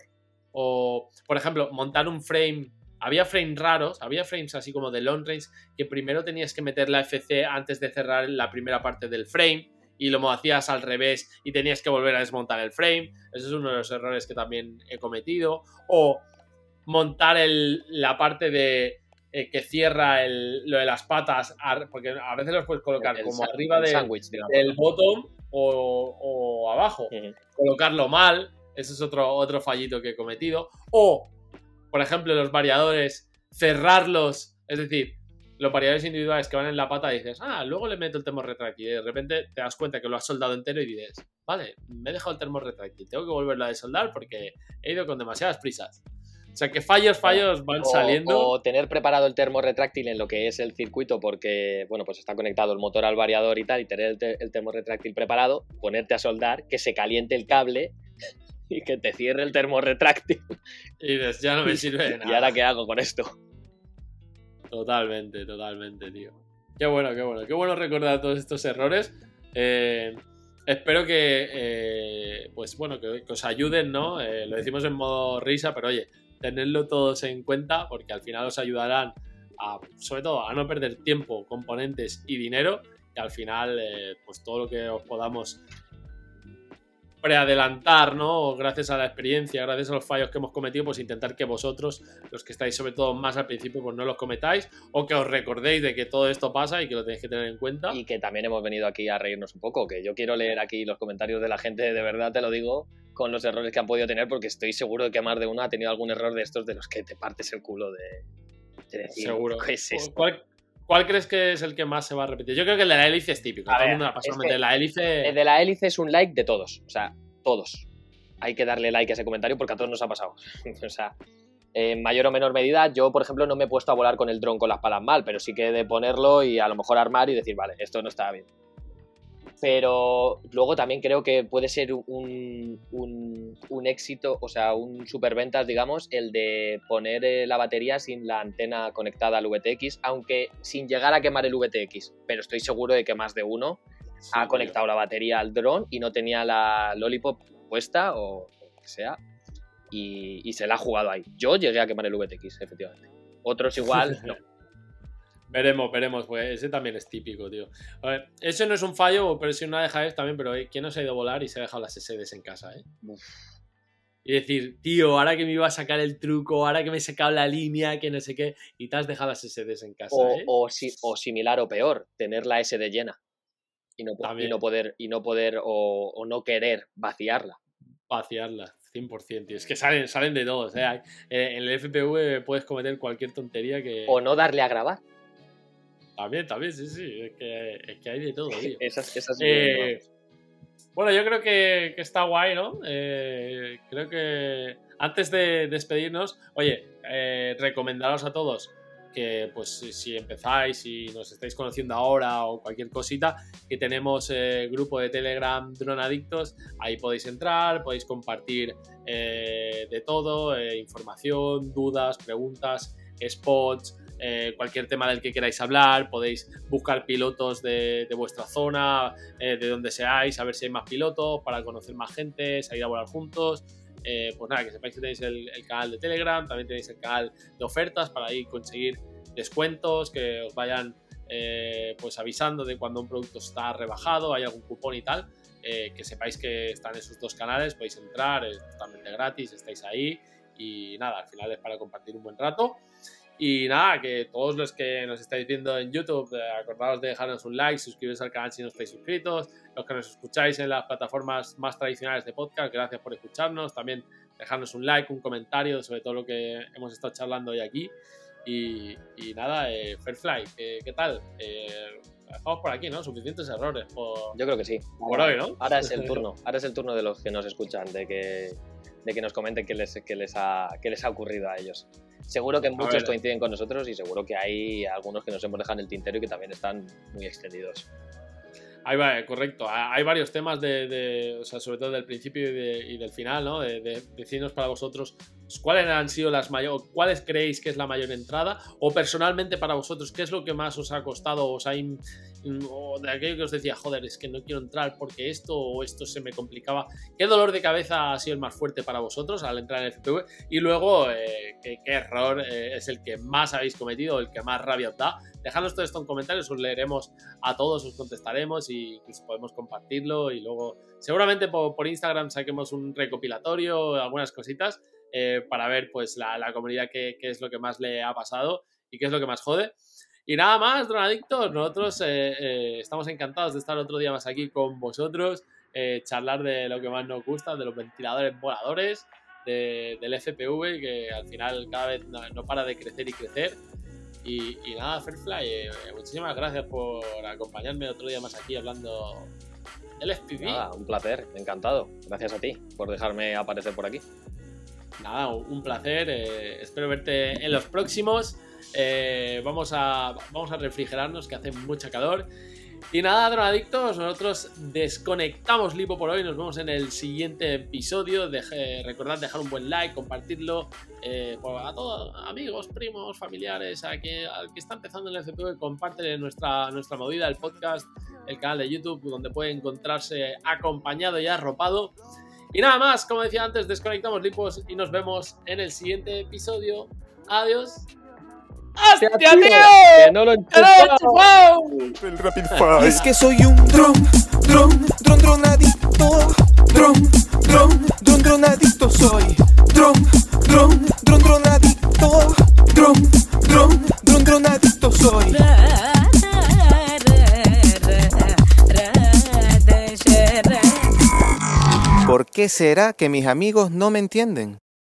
o, por ejemplo, montar un frame. Había frames raros, había frames así como de long range que primero tenías que meter la F C antes de cerrar la primera parte del frame. Y lo hacías al revés y tenías que volver a desmontar el frame. Eso es uno de los errores que también he cometido. O montar el, la parte de eh, que cierra el, lo de las patas, porque a veces los puedes colocar el, como el, arriba el de, sandwich, del bottom o, o abajo. Uh-huh. Colocarlo mal, eso es otro, otro fallito que he cometido. O, por ejemplo, los variadores, cerrarlos, es decir, los variadores individuales que van en la pata y dices, ah, luego le meto el termo retráctil y de repente te das cuenta que lo has soldado entero y dices, vale, me he dejado el termo retráctil, tengo que volverlo a desoldar porque he ido con demasiadas prisas. O sea que fallos, fallos van o, saliendo. O tener preparado el termo retráctil en lo que es el circuito porque, bueno, pues está conectado el motor al variador y tal, y tener el, te- el termo retráctil preparado, ponerte a soldar, que se caliente el cable y que te cierre el termo retráctil. Y dices, ya no me sirve de nada. ¿Y ahora qué hago con esto? Totalmente, totalmente, tío. Qué bueno, qué bueno. Qué bueno recordar todos estos errores. Eh, espero que, eh, pues bueno, que, que os ayuden, ¿no? Eh, lo decimos en modo risa, pero oye, tenedlo todos en cuenta porque al final os ayudarán a, sobre todo, a no perder tiempo, componentes y dinero. Y al final, eh, pues todo lo que os podamos preadelantar, ¿no? Gracias a la experiencia, gracias a los fallos que hemos cometido, pues intentar que vosotros, los que estáis sobre todo más al principio, pues no los cometáis o que os recordéis de que todo esto pasa y que lo tenéis que tener en cuenta. Y que también hemos venido aquí a reírnos un poco, que yo quiero leer aquí los comentarios de la gente, de verdad te lo digo, con los errores que han podido tener, porque estoy seguro de que más de uno ha tenido algún error de estos de los que te partes el culo de, de decir, seguro. ¿qué es esto? ¿Cuál, ¿Cuál crees que es el que más se va a repetir? Yo creo que el de la hélice es típico. A todo el mundo ha pasado a meter la hélice. El de la hélice es un like de todos. O sea, todos. Hay que darle like a ese comentario porque a todos nos ha pasado. O sea, en mayor o menor medida, yo, por ejemplo, no me he puesto a volar con el dron con las palas mal, pero sí que he de ponerlo y a lo mejor armar y decir, vale, esto no está bien. Pero luego también creo que puede ser un, un, un éxito, o sea, un superventas, digamos, el de poner la batería sin la antena conectada al V T X, aunque sin llegar a quemar el V T X. Pero estoy seguro de que más de uno sí, ha conectado tío. la batería al dron y no tenía la Lollipop puesta o lo que sea y, y se la ha jugado ahí. Yo llegué a quemar el V T X, efectivamente. Otros igual, no. Veremos, veremos, pues ese también es típico, tío. A ver, eso no es un fallo, pero si una deja es también, pero ¿eh? ¿quién no se ha ido a volar y se ha dejado las S Ds en casa, eh? Uf. Y decir, tío, ahora que me iba a sacar el truco, ahora que me he sacado la línea, que no sé qué, y te has dejado las S Ds en casa, o, eh. O, si, o similar o peor, tener la S D llena y no, y no poder, y no poder o, o no querer vaciarla. Vaciarla. cien por ciento, tío. Es que salen, salen de todos, ¿eh? En el F P V puedes cometer cualquier tontería que... O no darle a grabar. También, también, sí, sí. Es que, es que hay de todo, tío. esas, esas eh, bueno, yo creo que, que está guay, ¿no? Eh, creo que antes de despedirnos, oye, eh, recomendaros a todos que pues si empezáis y nos estáis conociendo ahora o cualquier cosita, que tenemos eh, grupo de Telegram Drone Adictos, ahí podéis entrar, podéis compartir eh, de todo, eh, información, dudas, preguntas, spots, eh, cualquier tema del que queráis hablar, podéis buscar pilotos de, de vuestra zona, eh, de donde seáis, a ver si hay más pilotos para conocer más gente, salir a volar juntos. Eh, pues nada, que sepáis que tenéis el, el canal de Telegram, también tenéis el canal de ofertas para ahí conseguir descuentos, que os vayan eh, pues avisando de cuando un producto está rebajado, hay algún cupón y tal, eh, que sepáis que están esos dos canales, podéis entrar, es totalmente gratis, estáis ahí y nada, al final es para compartir un buen rato. Y nada, que todos los que nos estáis viendo en YouTube, eh, acordaos de dejarnos un like, suscribiros al canal si no estáis suscritos, los que nos escucháis en las plataformas más tradicionales de podcast, gracias por escucharnos, también dejarnos un like, un comentario sobre todo lo que hemos estado charlando hoy aquí. Y, y nada, eh, Fairfly, ¿qué, qué tal? Eh, dejamos por aquí, ¿no? Suficientes errores por, Yo creo que sí. por hoy, ¿no? Ahora es el turno, ahora es el turno de los que nos escuchan, de que, de que nos comenten qué les, qué, les ha, qué les ha ocurrido a ellos. Seguro que muchos coinciden con nosotros y seguro que hay algunos que nos hemos dejado en el tintero y que también están muy extendidos. Ahí va, correcto. Hay varios temas de, de o sea, sobre todo del principio y, de, y del final, ¿no? De, de decirnos para vosotros cuáles han sido las mayores, cuáles creéis que es la mayor entrada, o personalmente para vosotros qué es lo que más os ha costado, os ha in, o de aquello que os decía, joder, es que no quiero entrar porque esto o esto se me complicaba. ¿Qué dolor de cabeza ha sido el más fuerte para vosotros al entrar en el F P V? Y luego, eh, ¿qué, qué error eh, es el que más habéis cometido, el que más rabia os da? Dejadnos todo esto en comentarios, os leeremos a todos, os contestaremos y pues, podemos compartirlo. Y luego, seguramente por, por Instagram saquemos un recopilatorio, algunas cositas, eh, para ver pues la, la comunidad qué, qué es lo que más le ha pasado y qué es lo que más jode. Y nada más, Dronadictos, nosotros eh, eh, estamos encantados de estar otro día más aquí con vosotros, eh, charlar de lo que más nos gusta, de los ventiladores voladores, de, del F P V, que al final cada vez no, no para de crecer y crecer. Y, y nada, Fairfly, eh, muchísimas gracias por acompañarme otro día más aquí hablando del F P V. Nada, un placer, encantado. Gracias a ti por dejarme aparecer por aquí. Nada, un placer, eh, espero verte en los próximos. Eh, vamos, a, vamos a refrigerarnos, que hace mucha calor. Y nada, Dronadictos, nosotros desconectamos Lipo por hoy. Nos vemos en el siguiente episodio. Deje, recordad dejar un buen like, compartirlo eh, a todos, amigos, primos, familiares, a que, al que está empezando en el F P V, compártele nuestra, nuestra movida, el podcast, el canal de YouTube, donde puede encontrarse acompañado y arropado. Y nada más, como decía antes, desconectamos Lipos y nos vemos en el siguiente episodio. Adiós. ¡Hostia, tío! ¡Que no lo enchufado! El Rapid Fire. Es que soy un dron, dron, dron, dronadicto. Dron, dron, dron, dronadicto soy. Dron, dron, dron, dronadicto. Dron, dron, dron, dronadicto soy. ¿Por qué será que mis amigos no me entienden?